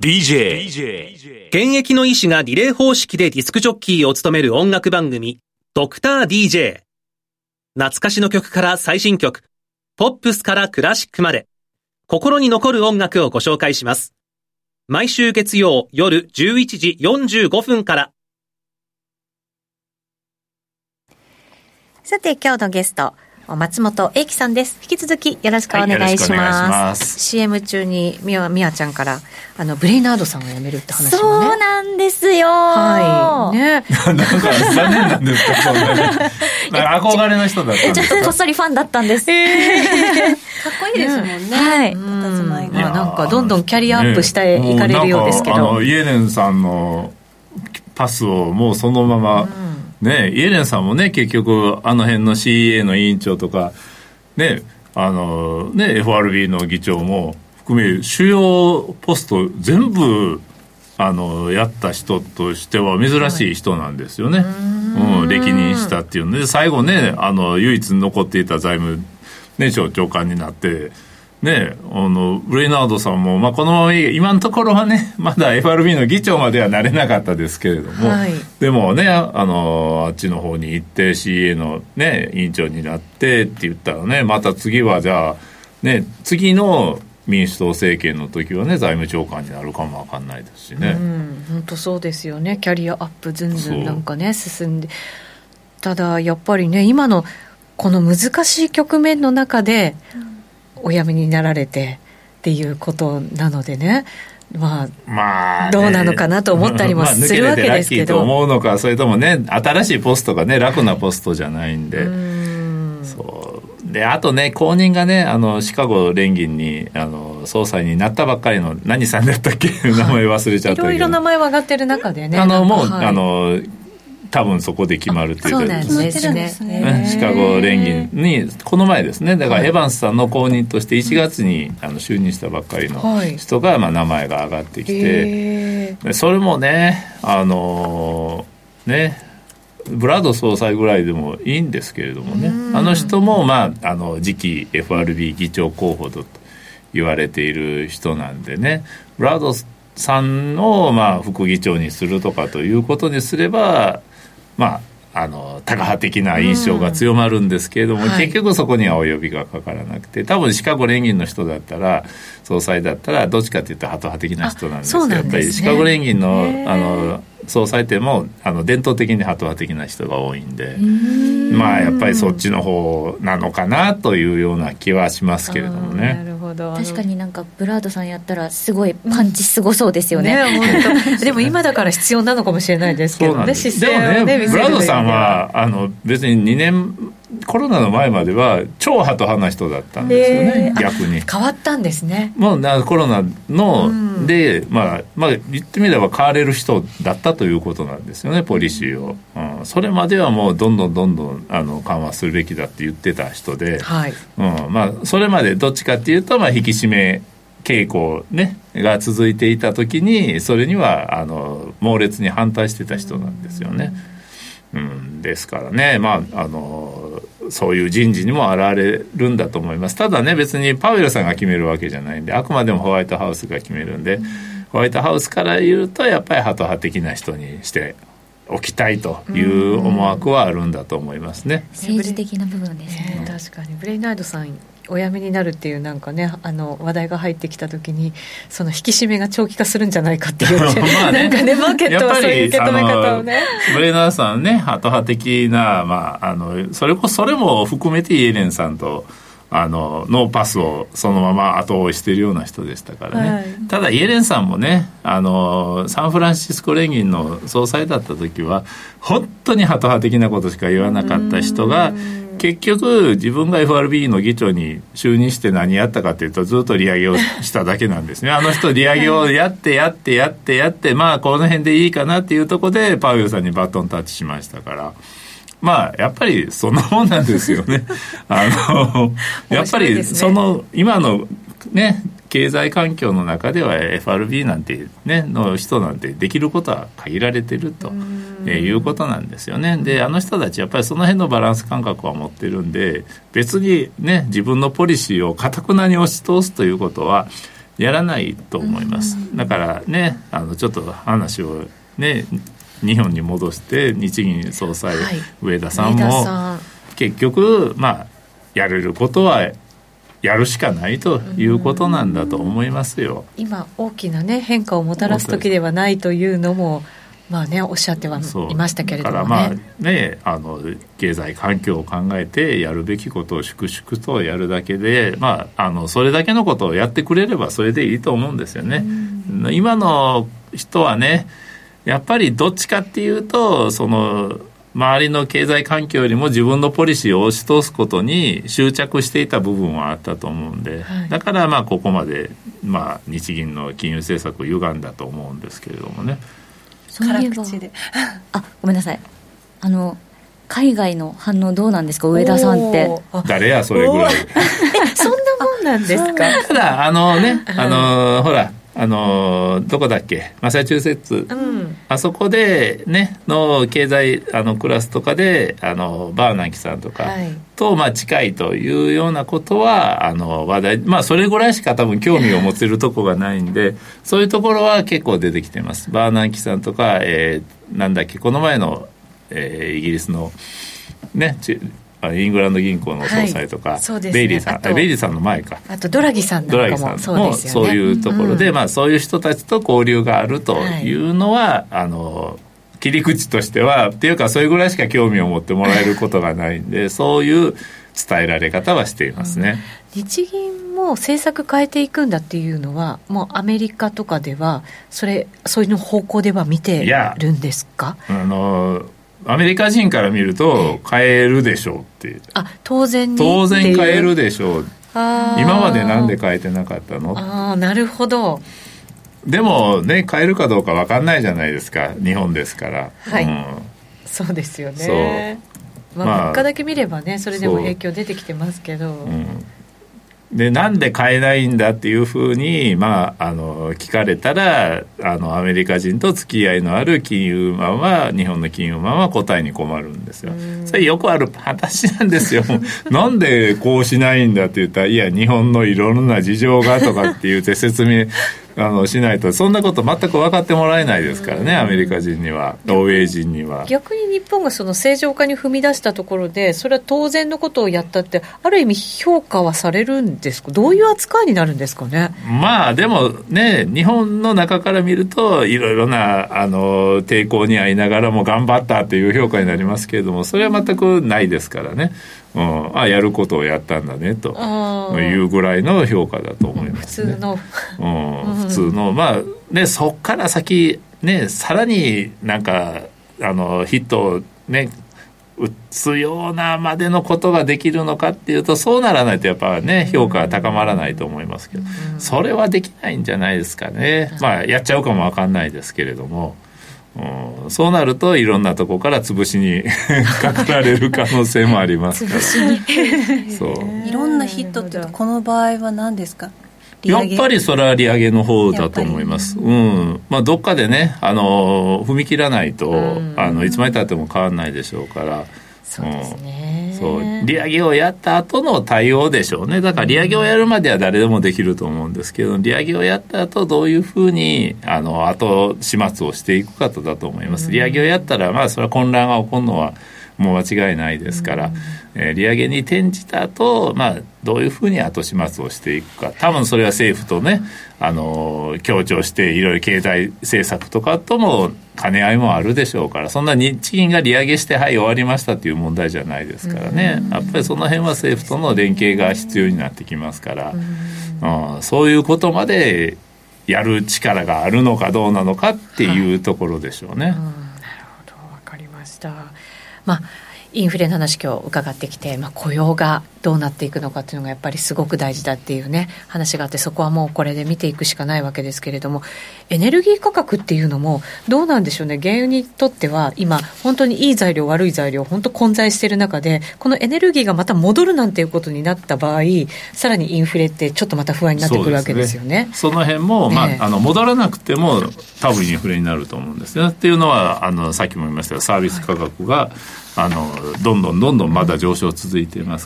ディージェー 現役の医師がリレー方式でディスクジョッキーを務める音楽番組ドクター ディージェー。 懐かしの曲から最新曲、ポップスからクラシックまで心に残る音楽をご紹介します。毎週月曜夜じゅういちじよんじゅうごふんから。 さて今日のゲスト松本英樹さんです。引き続きよろしくお願いします。はい、よろしくお願いします。 シーエム 中にみわみわちゃんからあのブレイナードさんを辞めるって話もね。 そうなんですよ。 はいね。 なんか残念なんですかそんなね。憧れの人だったんですか。 こっそりファンだったんです。えー、かっこいいですもんね。はい。 佇まいがなんかどんどんキャリアアップしていかれるようですけど。 ね、あのイエレンさんのパスをもうそのまま。うんね、イエレンさんもね結局あの辺の シーイーエー の委員長とかねあのね エフアールビー の議長も含め主要ポスト全部あのやった人としては珍しい人なんですよね、はい、うん、歴任したっていうので最後ねあの唯一残っていた財務、ね、省長官になってね、あのブレイナードさんも、まあ、このまま今のところはねまだ エフアールビー の議長まではなれなかったですけれども、はい、でもねあのあっちの方に行って シーエー の、ね、委員長になってって言ったらねまた次はじゃあ、ね、次の民主党政権の時はね財務長官になるかもわかんないですしね。 本当そうですよね。キャリアアップずんずんなんかね進んで、ただやっぱりね今のこの難しい局面の中で、うんお辞めになられてっていうことなのでね、まあ、まあね、どうなのかなと思ったりもするわけですけど、 まあ、抜けれてラッキーと思うのかそれともね新しいポストがね楽なポストじゃないんで、うーんそうであとね後任がねあのシカゴ連銀にあの総裁になったばっかりの何さんだったっけ、はい、名前忘れちゃったけどいろいろ名前は上がってる中でねあのもう、はい、あの多分そこで決まるっていうか、そうなんですね。シカゴ連銀にこの前ですねだからエヴァンスさんの後任としていちがつにあの就任したばっかりの人が、まあ、名前が上がってきて、でそれもねあのねブラッド総裁ぐらいでもいいんですけれどもねあの人も、まあ、あの次期 エフアールビー 議長候補と言われている人なんでねブラッドさんを、まあ、副議長にするとかということにすればまあ、あのタカ派的な印象が強まるんですけれども、うんはい、結局そこには及びがかからなくて多分シカゴ連銀の人だったら総裁だったらどっちかというとハト派的な人なんですけど、ね、やっぱりシカゴ連銀 の, あの総裁ってもあの伝統的にハト派的な人が多いんでまあやっぱりそっちの方なのかなというような気はしますけれどもね。 なるほど。 確かになんかブラードさんやったらすごいパンチすごそうですよね、うんね本当でも今だから必要なのかもしれないですけどね。 姿勢をねでもねブラードさんはあの別ににねんコロナの前までは超ハト派な人だったんですよね、逆に変わったんですね。 もうなコロナの、うん、で、まあ、まあ言ってみれば変われる人だったということなんですよねポリシーを、うん、それまではもうどんどんどんどんあの緩和するべきだって言ってた人で、はいうんまあ、それまでどっちかっていうと、まあ、引き締め傾向、ね、が続いていた時にそれにはあの猛烈に反対してた人なんですよね、うんうん、ですからね、まあ、あのそういう人事にも現れるんだと思います。ただね別にパウエルさんが決めるわけじゃないんであくまでもホワイトハウスが決めるんで、うん、ホワイトハウスから言うとやっぱりハト派的な人にしておきたいという思惑はあるんだと思いますね。 政治的な部分ですね、 えー、確かにブレイナードさんお辞めになるっていうなんかねあの話題が入ってきた時にその引き締めが長期化するんじゃないかっていう、ねまあね、なんかねマーケットはそういう受け止め方をねブレイナーさんねハト派的な、まあ、あのそれこそそれも含めてイエレンさんとあのノーパスをそのまま後追いしているような人でしたからね、はい、ただイエレンさんもねあのサンフランシスコ連銀の総裁だった時は本当にハト派的なことしか言わなかった人が結局自分が エフアールビー の議長に就任して何やったかというとずっと利上げをしただけなんですね。あの人利上げをやってやってやってやってまあこの辺でいいかなっていうところでパウエルさんにバトンタッチしましたからまあやっぱりそんなもんなんですよねあのやっぱりその今のね経済環境の中では エフアールビー なんてねの人なんてできることは限られてるということなんですよね。であの人たちやっぱりその辺のバランス感覚は持ってるんで別にね自分のポリシーを堅くなに押し通すということはやらないと思います。だからね、あのちょっと話をね日本に戻して日銀総裁、はい、上田さんもさん結局まあやれることはやるしかないということなんだと思いますよ。 今大きな、ね、変化をもたらす時ではないというのもまあね、おっしゃってはいましたけれどもね。 だからまあね、あの経済環境を考えてやるべきことを粛々とやるだけで、まあ、あのそれだけのことをやってくれればそれでいいと思うんですよね。今の人はね、やっぱりどっちかっていうとその周りの経済環境よりも自分のポリシーを押し通すことに執着していた部分はあったと思うんで、はい、だからまあここまで、まあ、日銀の金融政策を歪んだと思うんですけれどもね。 そういえばあ、ごめんなさい、あの海外の反応どうなんですか、上田さんって。 誰やそれぐらいえ、そんなもんなんですか。 ただあのね、あのほらあのどこだっけ、マサチューセッツ、うん、あそこでねの経済あのクラスとかであのバーナンキさんとかと、はい、まあ、近いというようなことはあの話題、まあそれぐらいしか多分興味を持てるとこがないんでそういうところは結構出てきてます。バーナンキさんとか、えー、なんだっけこの前の、えー、イギリスのねイングランド銀行の総裁とか、はい、ね、ベイリーさん、ベイリーさんの前か、 あとドラギさんなんかもそうですよね。 そういうところで、うん、まあ、そういう人たちと交流があるというのは、はい、あの切り口としてはっていうかそれぐらいしか興味を持ってもらえることがないんでそういう伝えられ方はしていますね。 うん、日銀も政策変えていくんだっていうのはもうアメリカとかではそれそういう方向では見てるんですか。 あのアメリカ人から見ると変えるでしょうっていう、 あ、当然に当然変えるでしょう、今までなんで変えてなかったの。 あ、なるほど。 でもね、変えるかどうか分かんないじゃないですか、日本ですから。 はい、うん、そうですよね。まあ、まあ、物価だけ見ればねそれでも影響出てきてますけど、うん、 でなんで買えないんだっていうふうに、まあ、あの聞かれたらあのアメリカ人と付き合いのある金融マンは日本の金融マンは答えに困るんですよ。それよくある話なんですよなんでこうしないんだって言ったらいや日本のいろんな事情がとかって言って説明あのしないとそんなこと全く分かってもらえないですからね、アメリカ人には欧米人には。 逆に日本がその正常化に踏み出したところでそれは当然のことをやったってある意味評価はされるんですか。どういう扱いになるんですかね。 まあでもね日本の中から見るといろいろなあの抵抗に遭いながらも頑張ったという評価になりますけれどもそれは全くないですからね。うん、あやることをやったんだねというぐらいの評価だと思いますね。 普通の、 うん、普通のまあねそっから先ねさらになんかあのヒットをね打つようなまでのことができるのかっていうとそうならないとやっぱね評価は高まらないと思いますけどそれはできないんじゃないですかね。まあやっちゃうかもわかんないですけれども。うん、そうなるといろんなとこから潰しにかかられる可能性もありますからそういろんなヒットってこの場合は何ですか。 やっぱりそれは利上げの方だと思います、うんまあ、どっかでねあの踏み切らないと、うん、あのいつまでたっても変わらないでしょうからそうですね、 うん、そう利上げをやった後の対応でしょうね。だから利上げをやるまでは誰でもできると思うんですけど利上げをやった後どういうふうにあの後始末をしていくかとだと思います。利上げをやったらまあそれは混乱が起こるのはもう間違いないですから、うんえー、利上げに転じた後、まあどういうふうに後始末をしていくか多分それは政府とねあの協調していろいろ経済政策とかとも兼ね合いもあるでしょうからそんな日銀が利上げしてはい終わりましたという問題じゃないですからね。やっぱりその辺は政府との連携が必要になってきますから、うんうん、そういうことまでやる力があるのかどうなのかっていうところでしょうね、はいうん、なるほど分かりました。まあインフレの話今日伺ってきて、まあ、雇用がどうなっていくのかっていうのがやっぱりすごく大事だっていうね話があってそこはもうこれで見ていくしかないわけですけれどもエネルギー価格っていうのもどうなんでしょうね。原油にとっては今本当にいい材料悪い材料本当混在している中でこのエネルギーがまた戻るなんていうことになった場合さらにインフレってちょっとまた不安になってくるわけですよね。 その辺も、まあね、あの戻らなくても多分インフレになると思うんですよっていうのはあのさっきも言いましたがサービス価格が、はいあのどんどんどんどんまだ上昇続いていますから、はい、こ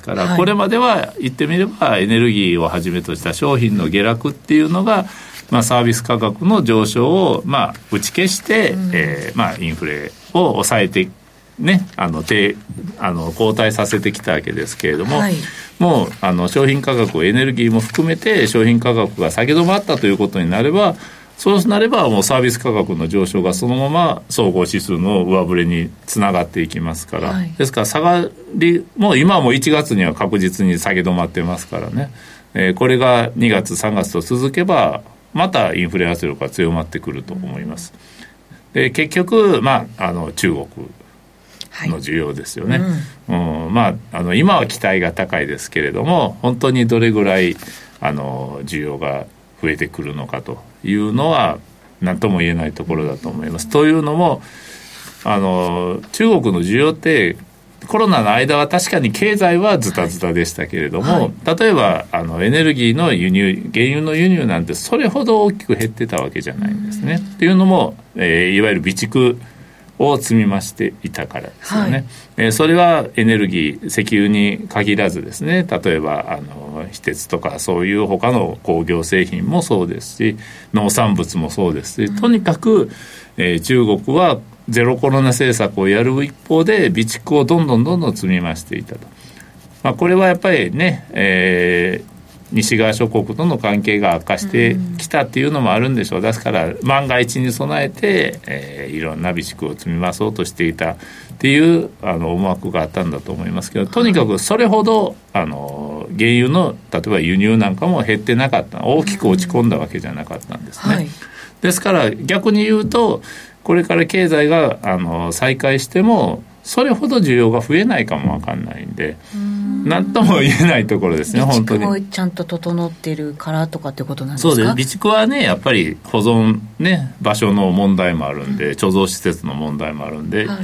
これまでは言ってみればエネルギーをはじめとした商品の下落っていうのが、まあ、サービス価格の上昇を、まあ、打ち消して、うんえーまあ、インフレを抑えてね、あの低あの後退させてきたわけですけれども、はい、もうあの商品価格をエネルギーも含めて商品価格が下げ止まったということになれば、そうなればもうサービス価格の上昇がそのまま総合指数の上振れにつながっていきますから、はい、ですから下がりもう今もいちがつには確実に下げ止まってますからね、えー、これがにがつさんがつと続けばまたインフレ圧力が強まってくると思います。で結局、まあ、あの中国の需要ですよね、はいうんうんまあ、あの今は期待が高いですけれども、本当にどれぐらいあの需要が増えてくるのかというのは何とも言えないところだと思います。というのもあの中国の需要ってコロナの間は確かに経済はズタズタでしたけれども、はいはい、例えばあのエネルギーの輸入原油の輸入なんてそれほど大きく減ってたわけじゃないんですね。っていうのも、えー、いわゆる備蓄を積み増していたからですよね、はいえー、それはエネルギー石油に限らずですね、例えばあの非鉄とかそういう他の工業製品もそうですし、農産物もそうですし、とにかく、えー、中国はゼロコロナ政策をやる一方で備蓄をどんどんどんどん積み増していたと、まあ、これはやっぱりね、えー西側諸国との関係が悪化してきたっていうのもあるんでしょう。ですから万が一に備えて、えー、いろんな備蓄を積み増そうとしていたっていうあの思惑があったんだと思いますけど、とにかくそれほどあの原油の例えば輸入なんかも減ってなかった、大きく落ち込んだわけじゃなかったんですね、はい、ですから逆に言うとこれから経済があの再開してもそれほど需要が増えないかも分かんないんで、何とも言えないところですね。本当に備蓄もちゃんと整っているからとかってことなんですか。 そうです。備蓄はねやっぱり保存ね場所の問題もあるんで、うん、貯蔵施設の問題もあるんで、はい、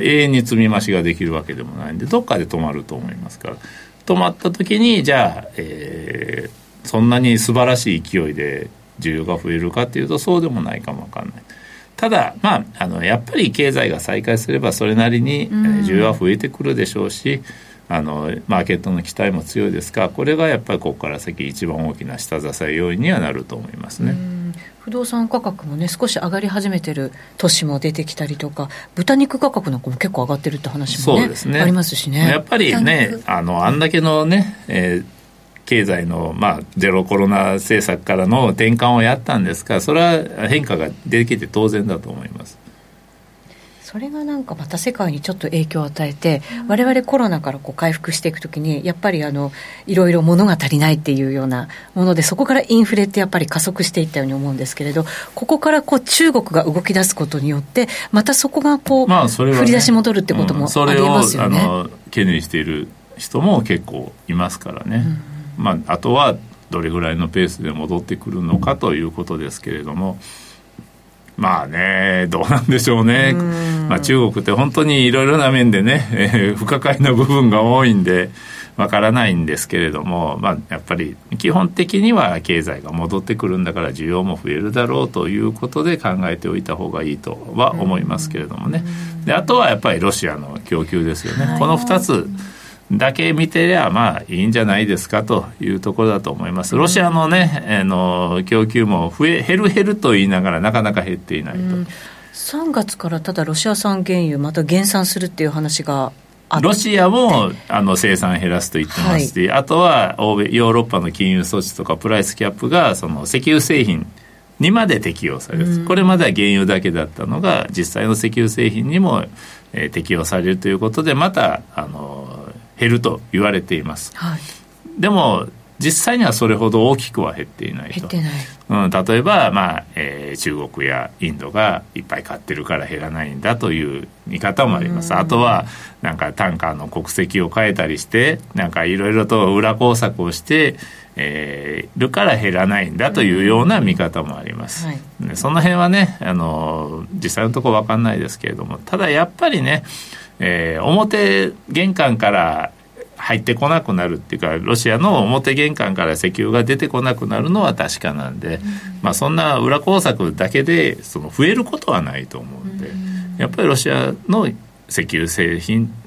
永遠に積み増しができるわけでもないんで、どっかで止まると思いますから、止まった時にじゃあ、えー、そんなに素晴らしい勢いで需要が増えるかっていうとそうでもないかも分かんない。ただ、まあ、あのやっぱり経済が再開すればそれなりに需要は増えてくるでしょうし、うん、あのマーケットの期待も強いですが、これがやっぱりここから先一番大きな下支え要因にはなると思いますね。うん、 不動産価格もね少し上がり始めてる都市も出てきたりとか、豚肉価格なんかも結構上がってるって話も ね, そうですねありますしね。 やっぱりね あ, のあんだけのね、えー経済の、まあ、ゼロコロナ政策からの転換をやったんですから、それは変化が出てきて当然だと思います。 それがなんかまた世界にちょっと影響を与えて、我々コロナからこう回復していくときにやっぱりあのいろいろ物が足りないっていうようなもので、そこからインフレってやっぱり加速していったように思うんですけれど、ここからこう中国が動き出すことによってまたそこがこう、まあそれはね、振り出し戻るってこともありえますよね。 それをあの懸念している人も結構いますからね、うんまあ、あとはどれぐらいのペースで戻ってくるのかということですけれども、まあねどうなんでしょうね。まあ、中国って本当にいろいろな面でね、えー、不可解な部分が多いんでわからないんですけれども、まあ、やっぱり基本的には経済が戻ってくるんだから需要も増えるだろうということで考えておいた方がいいとは思いますけれどもね。であとはやっぱりロシアの供給ですよね、はい、このふたつだけ見てりゃまあいいんじゃないですかというところだと思います。ロシアのね、あの供給も増え減る減ると言いながらなかなか減っていないと。うん、 さんがつからただロシア産原油また減産するっていう話があって、 ロシアもあの生産減らすと言ってますし、はい、あとは欧米ヨーロッパの金融措置とかプライスキャップがその石油製品にまで適用される、うん、これまでは原油だけだったのが実際の石油製品にも、えー、適用されるということでまたあの減ると言われています、はい、でも実際にはそれほど大きくは減っていないと。 減ってない、 うん、例えば、まあえー、中国やインドがいっぱい買ってるから減らないんだという見方もあります。あとはなんかタンカーの国籍を変えたりしてなんかいろいろと裏工作をしてえー、るから減らないんだというような見方もあります、はい、その辺はねあの実際のところ分かんないですけれども、ただやっぱりね、えー、表玄関から入ってこなくなるっていうか、ロシアの表玄関から石油が出てこなくなるのは確かなんで、うんまあ、そんな裏工作だけでその増えることはないと思うんで、うん、やっぱりロシアの石油製品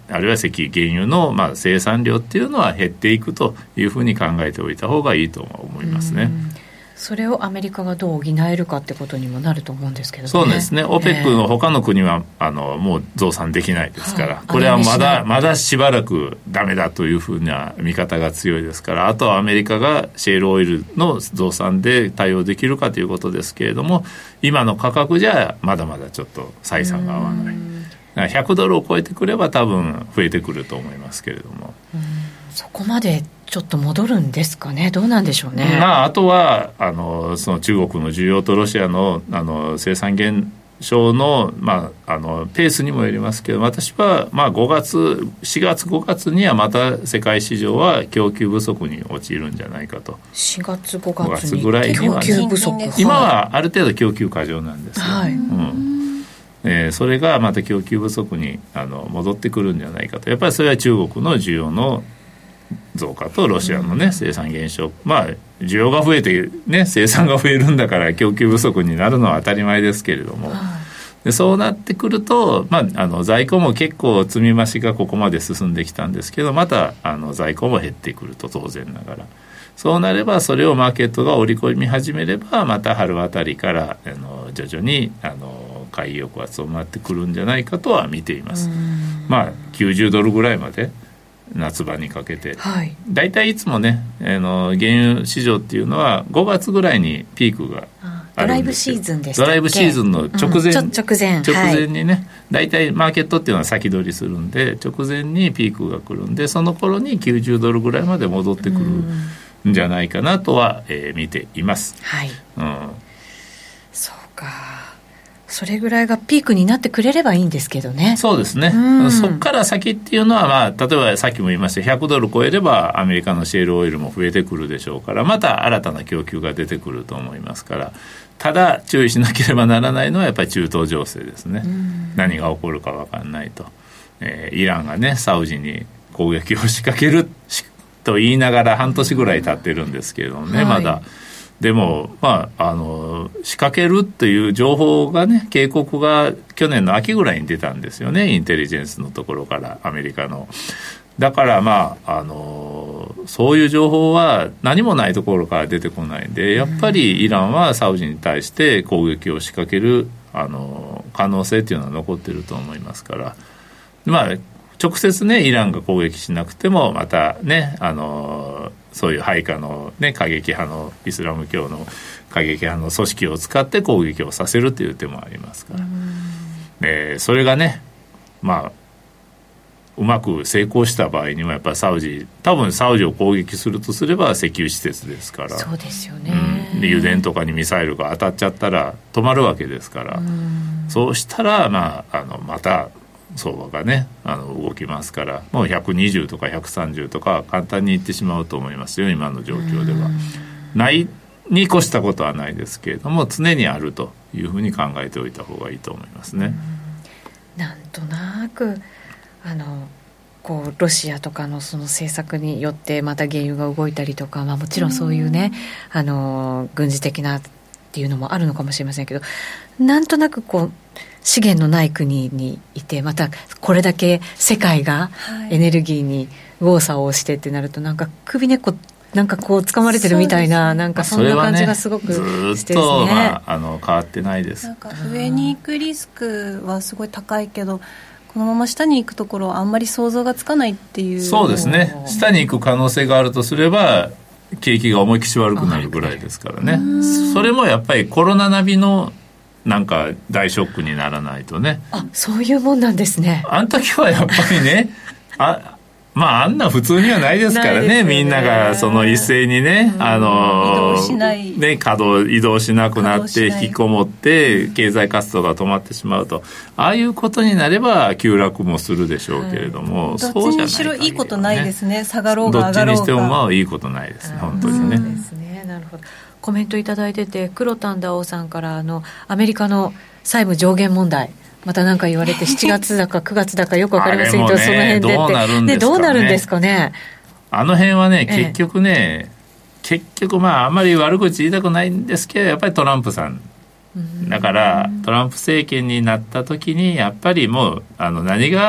あるいは石油原油のまあ生産量っていうのは減っていくというふうに考えておいた方がいいと思いますね。 それをアメリカがどう補えるかってことにもなると思うんですけどね。 そうですね。オペックの他の国はあのもう増産できないですから、はい、これはまだまだしばらくダメだというふうな見方が強いですから、あとはアメリカがシェールオイルの増産で対応できるかということですけれども、今の価格じゃまだまだちょっと採算が合わない。ひゃくドルを超えてくれば多分増えてくると思いますけれども、 うん、そこまでちょっと戻るんですかね。どうなんでしょうね。 まあ、あとはあのその中国の需要とロシア の, あの生産減少 の,、まあ、あのペースにもよりますけど、私はまあごがつしがつごがつにはまた世界市場は供給不足に陥るんじゃないかと。 しがつごがつにぐらいには、ね、 供給不足、 今はある程度供給過剰なんですよ、 はい、 うんえー、それがまた供給不足にあの戻ってくるんじゃないかと。やっぱりそれは中国の需要の増加とロシアの、ね、生産減少、まあ需要が増えて、ね、生産が増えるんだから供給不足になるのは当たり前ですけれども、でそうなってくると、まあ、あの在庫も結構積み増しがここまで進んできたんですけど、またあの在庫も減ってくると当然ながら、そうなればそれをマーケットが織り込み始めれば、また春あたりからあの徐々にあの買い意欲は強まってくるんじゃないかとは見ています。まあきゅうじゅうドルぐらいまで夏場にかけて、はい、だいたいいつもねあの原油市場っていうのはごがつぐらいにピークがあるんですよ。 ドライブシーズンでしたっけ。 ドライブシーズンの直前、 うん、直前直前にね、だいたいマーケットっていうのは先取りするんで、直前にピークが来るんで、その頃にきゅうじゅうドルぐらいまで戻ってくるんじゃないかなとは、えー、見ています。 はい、 うん、 そうか。それぐらいがピークになってくれればいいんですけどね。 そうですね、うん、そこから先っていうのは、まあ、例えばさっきも言いましたひゃくドル超えればアメリカのシェールオイルも増えてくるでしょうから、また新たな供給が出てくると思いますから、ただ注意しなければならないのはやっぱり中東情勢ですね、うん、何が起こるか分かんないと、えー、イランがねサウジに攻撃を仕掛けると言いながら半年ぐらい経ってるんですけれどもね、はい、まだでも、まあ、あの仕掛けるという情報がね警告が去年の秋ぐらいに出たんですよね、インテリジェンスのところからアメリカの。だからまああのそういう情報は何もないところから出てこないんで、やっぱりイランはサウジに対して攻撃を仕掛けるあの可能性っていうのは残ってると思いますから、まあ直接ねイランが攻撃しなくてもまたねあのそういう配下の、ね、過激派のイスラム教の過激派の組織を使って攻撃をさせるという手もありますから、えー、それがねまあうまく成功した場合にはやっぱりサウジ多分サウジを攻撃するとすれば石油施設ですから、 そうですよね、 うん、で油田とかにミサイルが当たっちゃったら止まるわけですから、うそうしたら、まあ、あのまた相場がねあの動きますから、もうひゃくにじゅうとかひゃくさんじゅうとか簡単にいってしまうと思いますよ、今の状況では。ないに越したことはないですけれども、常にあるというふうに考えておいた方がいいと思いますね。 なんとなくあのこうロシアとかのその政策によってまた原油が動いたりとか、まあ、もちろんそういうねあの軍事的なっていうのもあるのかもしれませんけど、なんとなくこう資源のない国にいて、またこれだけ世界がエネルギーに右往左往してってなると、なんか首根っこなんかこう掴まれてるみたいな、ね、なんかそんな感じがすごくしてですね、 ずっと、まあ、あの変わってないです。 なんか上に行くリスクはすごい高いけど、このまま下に行くところはあんまり想像がつかないっていう。 そうですね、下に行く可能性があるとすれば景気が思いっきし悪くなるぐらいですからね。それもやっぱりコロナ並みのなんか大ショックにならないとね。 あ、そういうもんなんですね。 あの時はやっぱりねあまああんな普通にはないですから ね, ねみんながその一斉にね、あの移動しないね稼働移動しなくなって引きこもって経済活動が止まってしまうと、ああいうことになれば急落もするでしょうけれども、はい、 そうじゃない限りはね、どっちにしろいいことないですね。下がろうが上がろうがどっちにしてもまあいいことないですね、本当にね。 そうですね、なるほど。コメントいただいてて、黒丹ダオさんからあのアメリカの債務上限問題また何か言われてしちがつだかくがつだかよく分かりませんけど、ね、その辺でってどうなるんですかね、 ね、どうなるんですかね。 あの辺はね結局ね、ええ、結局まああんまり悪口言いたくないんですけど、やっぱりトランプさんだから、トランプ政権になった時にやっぱりもうあの何が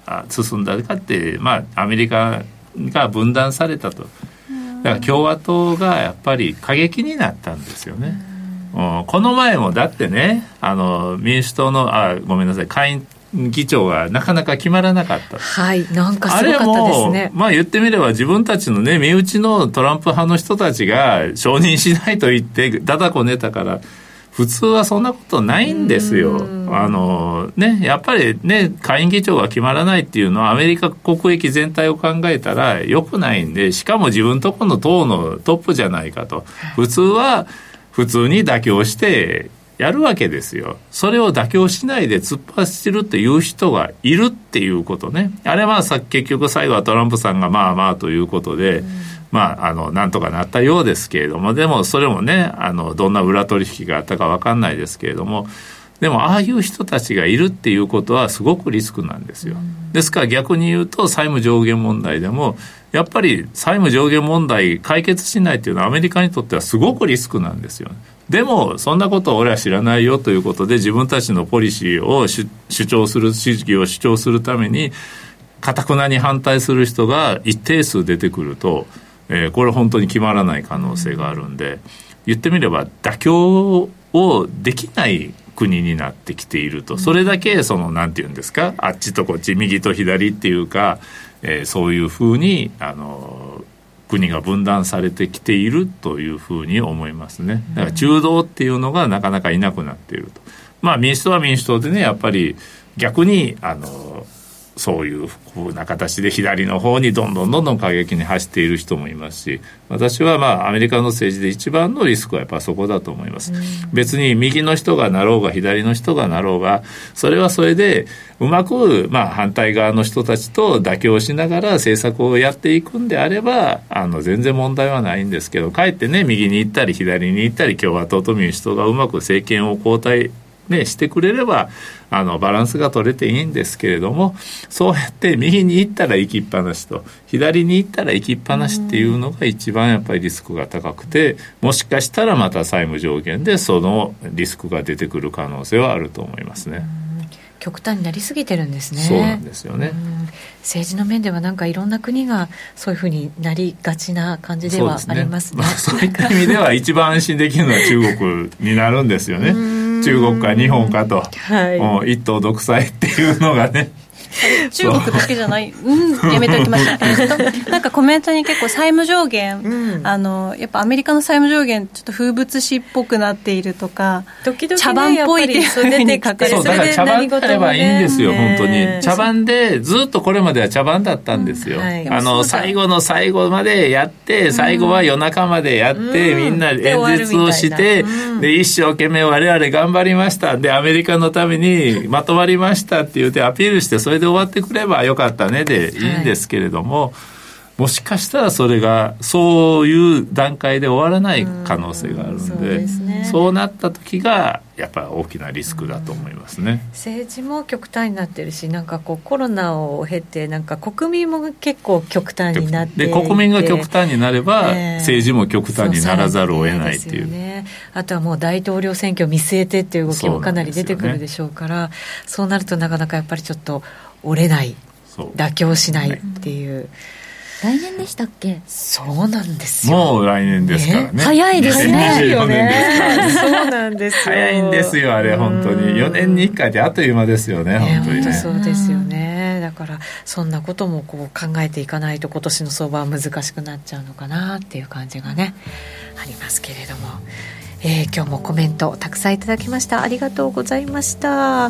進んだかって、まあ、アメリカが分断されたと。だから共和党がやっぱり過激になったんですよね。うん、この前もだってね、あの民主党のあごめんなさい下院議長がなかなか決まらなかった。 はい、なんかすごかったですね。 あれも、まあ、言ってみれば自分たちのね身内のトランプ派の人たちが承認しないと言ってだだこねたから、普通はそんなことないんですよ。あのね、やっぱりね下院議長が決まらないっていうのはアメリカ国益全体を考えたら良くないんで、しかも自分とこの党のトップじゃないかと、普通は普通に妥協してやるわけですよ。それを妥協しないで突っ走るっていう人がいるっていうことね。あれはさ結局最後はトランプさんがまあまあということで、うん、まああのなんとかなったようですけれども、でもそれもねあのどんな裏取引があったか分かんないですけれども、でもああいう人たちがいるっていうことはすごくリスクなんですよ。うん、ですから逆に言うと債務上限問題でもやっぱり債務上限問題解決しないっていうのはアメリカにとってはすごくリスクなんですよ。でもそんなことを俺は知らないよということで自分たちのポリシーを主張する主義を主張するために頑なに反対する人が一定数出てくると、えー、これ本当に決まらない可能性があるんで、言ってみれば妥協をできない国になってきていると。それだけそのなんていうんですか、あっちとこっち右と左っていうか、えー、そういうふうにあの国が分断されてきているというふうに思いますね。だから中道っていうのがなかなかいなくなっていると。まあ民主党は民主党でねやっぱり逆にあのそういうふうな形で左の方にどんどんどんどん過激に走っている人もいますし、私はまあアメリカの政治で一番のリスクはやっぱそこだと思います。別に右の人がなろうが左の人がなろうが、それはそれでうまくまあ反対側の人たちと妥協しながら政策をやっていくんであればあの全然問題はないんですけど、かえってね右に行ったり左に行ったり共和党と民主党がうまく政権を交代ね、してくれればあのバランスが取れていいんですけれども、そうやって右に行ったら行きっぱなしと左に行ったら行きっぱなしっていうのが一番やっぱりリスクが高くて、もしかしたらまた債務上限でそのリスクが出てくる可能性はあると思いますね。 極端になりすぎてるんですね。 そうなんですよね。 政治の面ではなんかいろんな国がそういうふうになりがちな感じではありますね。 そうですね。まあ、そういった意味では一番安心できるのは中国になるんですよね。中国か日本かと、はい、もう一党独裁っていうのがね中国だけじゃない、うん、やめておきましたえっとなんかコメントに結構債務上限、うん、あのやっぱアメリカの債務上限ちょっと風物詩っぽくなっているとか時々、ね、茶番っぽいっていうふうに書かれて、 そうだから茶番ってればいいんですよ、ね、本当に茶番でずっとこれまでは茶番だったんですよ、うんはい、あの最後の最後までやって最後は夜中までやって、うん、みんな演説をして、うん、で一生懸命我々頑張りましたでアメリカのためにまとまりましたって言ってアピールしてそれで終わってくればよかったねでいいんですけれども、はい、もしかしたらそれがそういう段階で終わらない可能性があるんで、うん そうですね、そうなった時がやっぱり大きなリスクだと思いますね。 政治も極端になってるし、なんかこうコロナを経てなんか国民も結構極端になっていて、 で国民が極端になれば、えー、政治も極端にならざるを得ないっていう、 ね、あとはもう大統領選挙を見据えてっていう動きもかなり出てくるでしょうから、そうなるとなかなかやっぱりちょっと折れない、妥協しないっていう、ね、 来年でしたっけ？ そうなんですよ。 もう来年ですからね。 ね早いですね。 早いよね。そうなんですよ。 早いんですよあれ本当に。よねんにいっかいであっという間ですよね、本当にね。 そうですよね。だからそんなこともこう考えていかないと今年の相場は難しくなっちゃうのかなっていう感じがねありますけれども。えー、今日もコメントたくさんいただきました。ありがとうございました。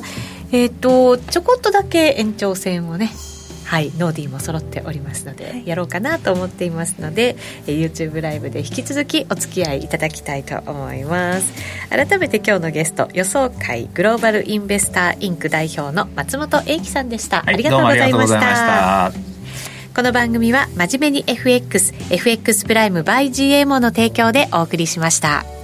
えっとちょこっとだけ延長戦をね、はい、ノーディーも揃っておりますのでやろうかなと思っていますので、えー、YouTube ライブで引き続きお付き合いいただきたいと思います。改めて今日のゲスト予想会グローバルインベスターインク代表の松本英樹さんでした、はい、ありがとうございました。この番組は真面目に エフエックス エフエックス プライム by ジーエーエムオー の提供でお送りしました。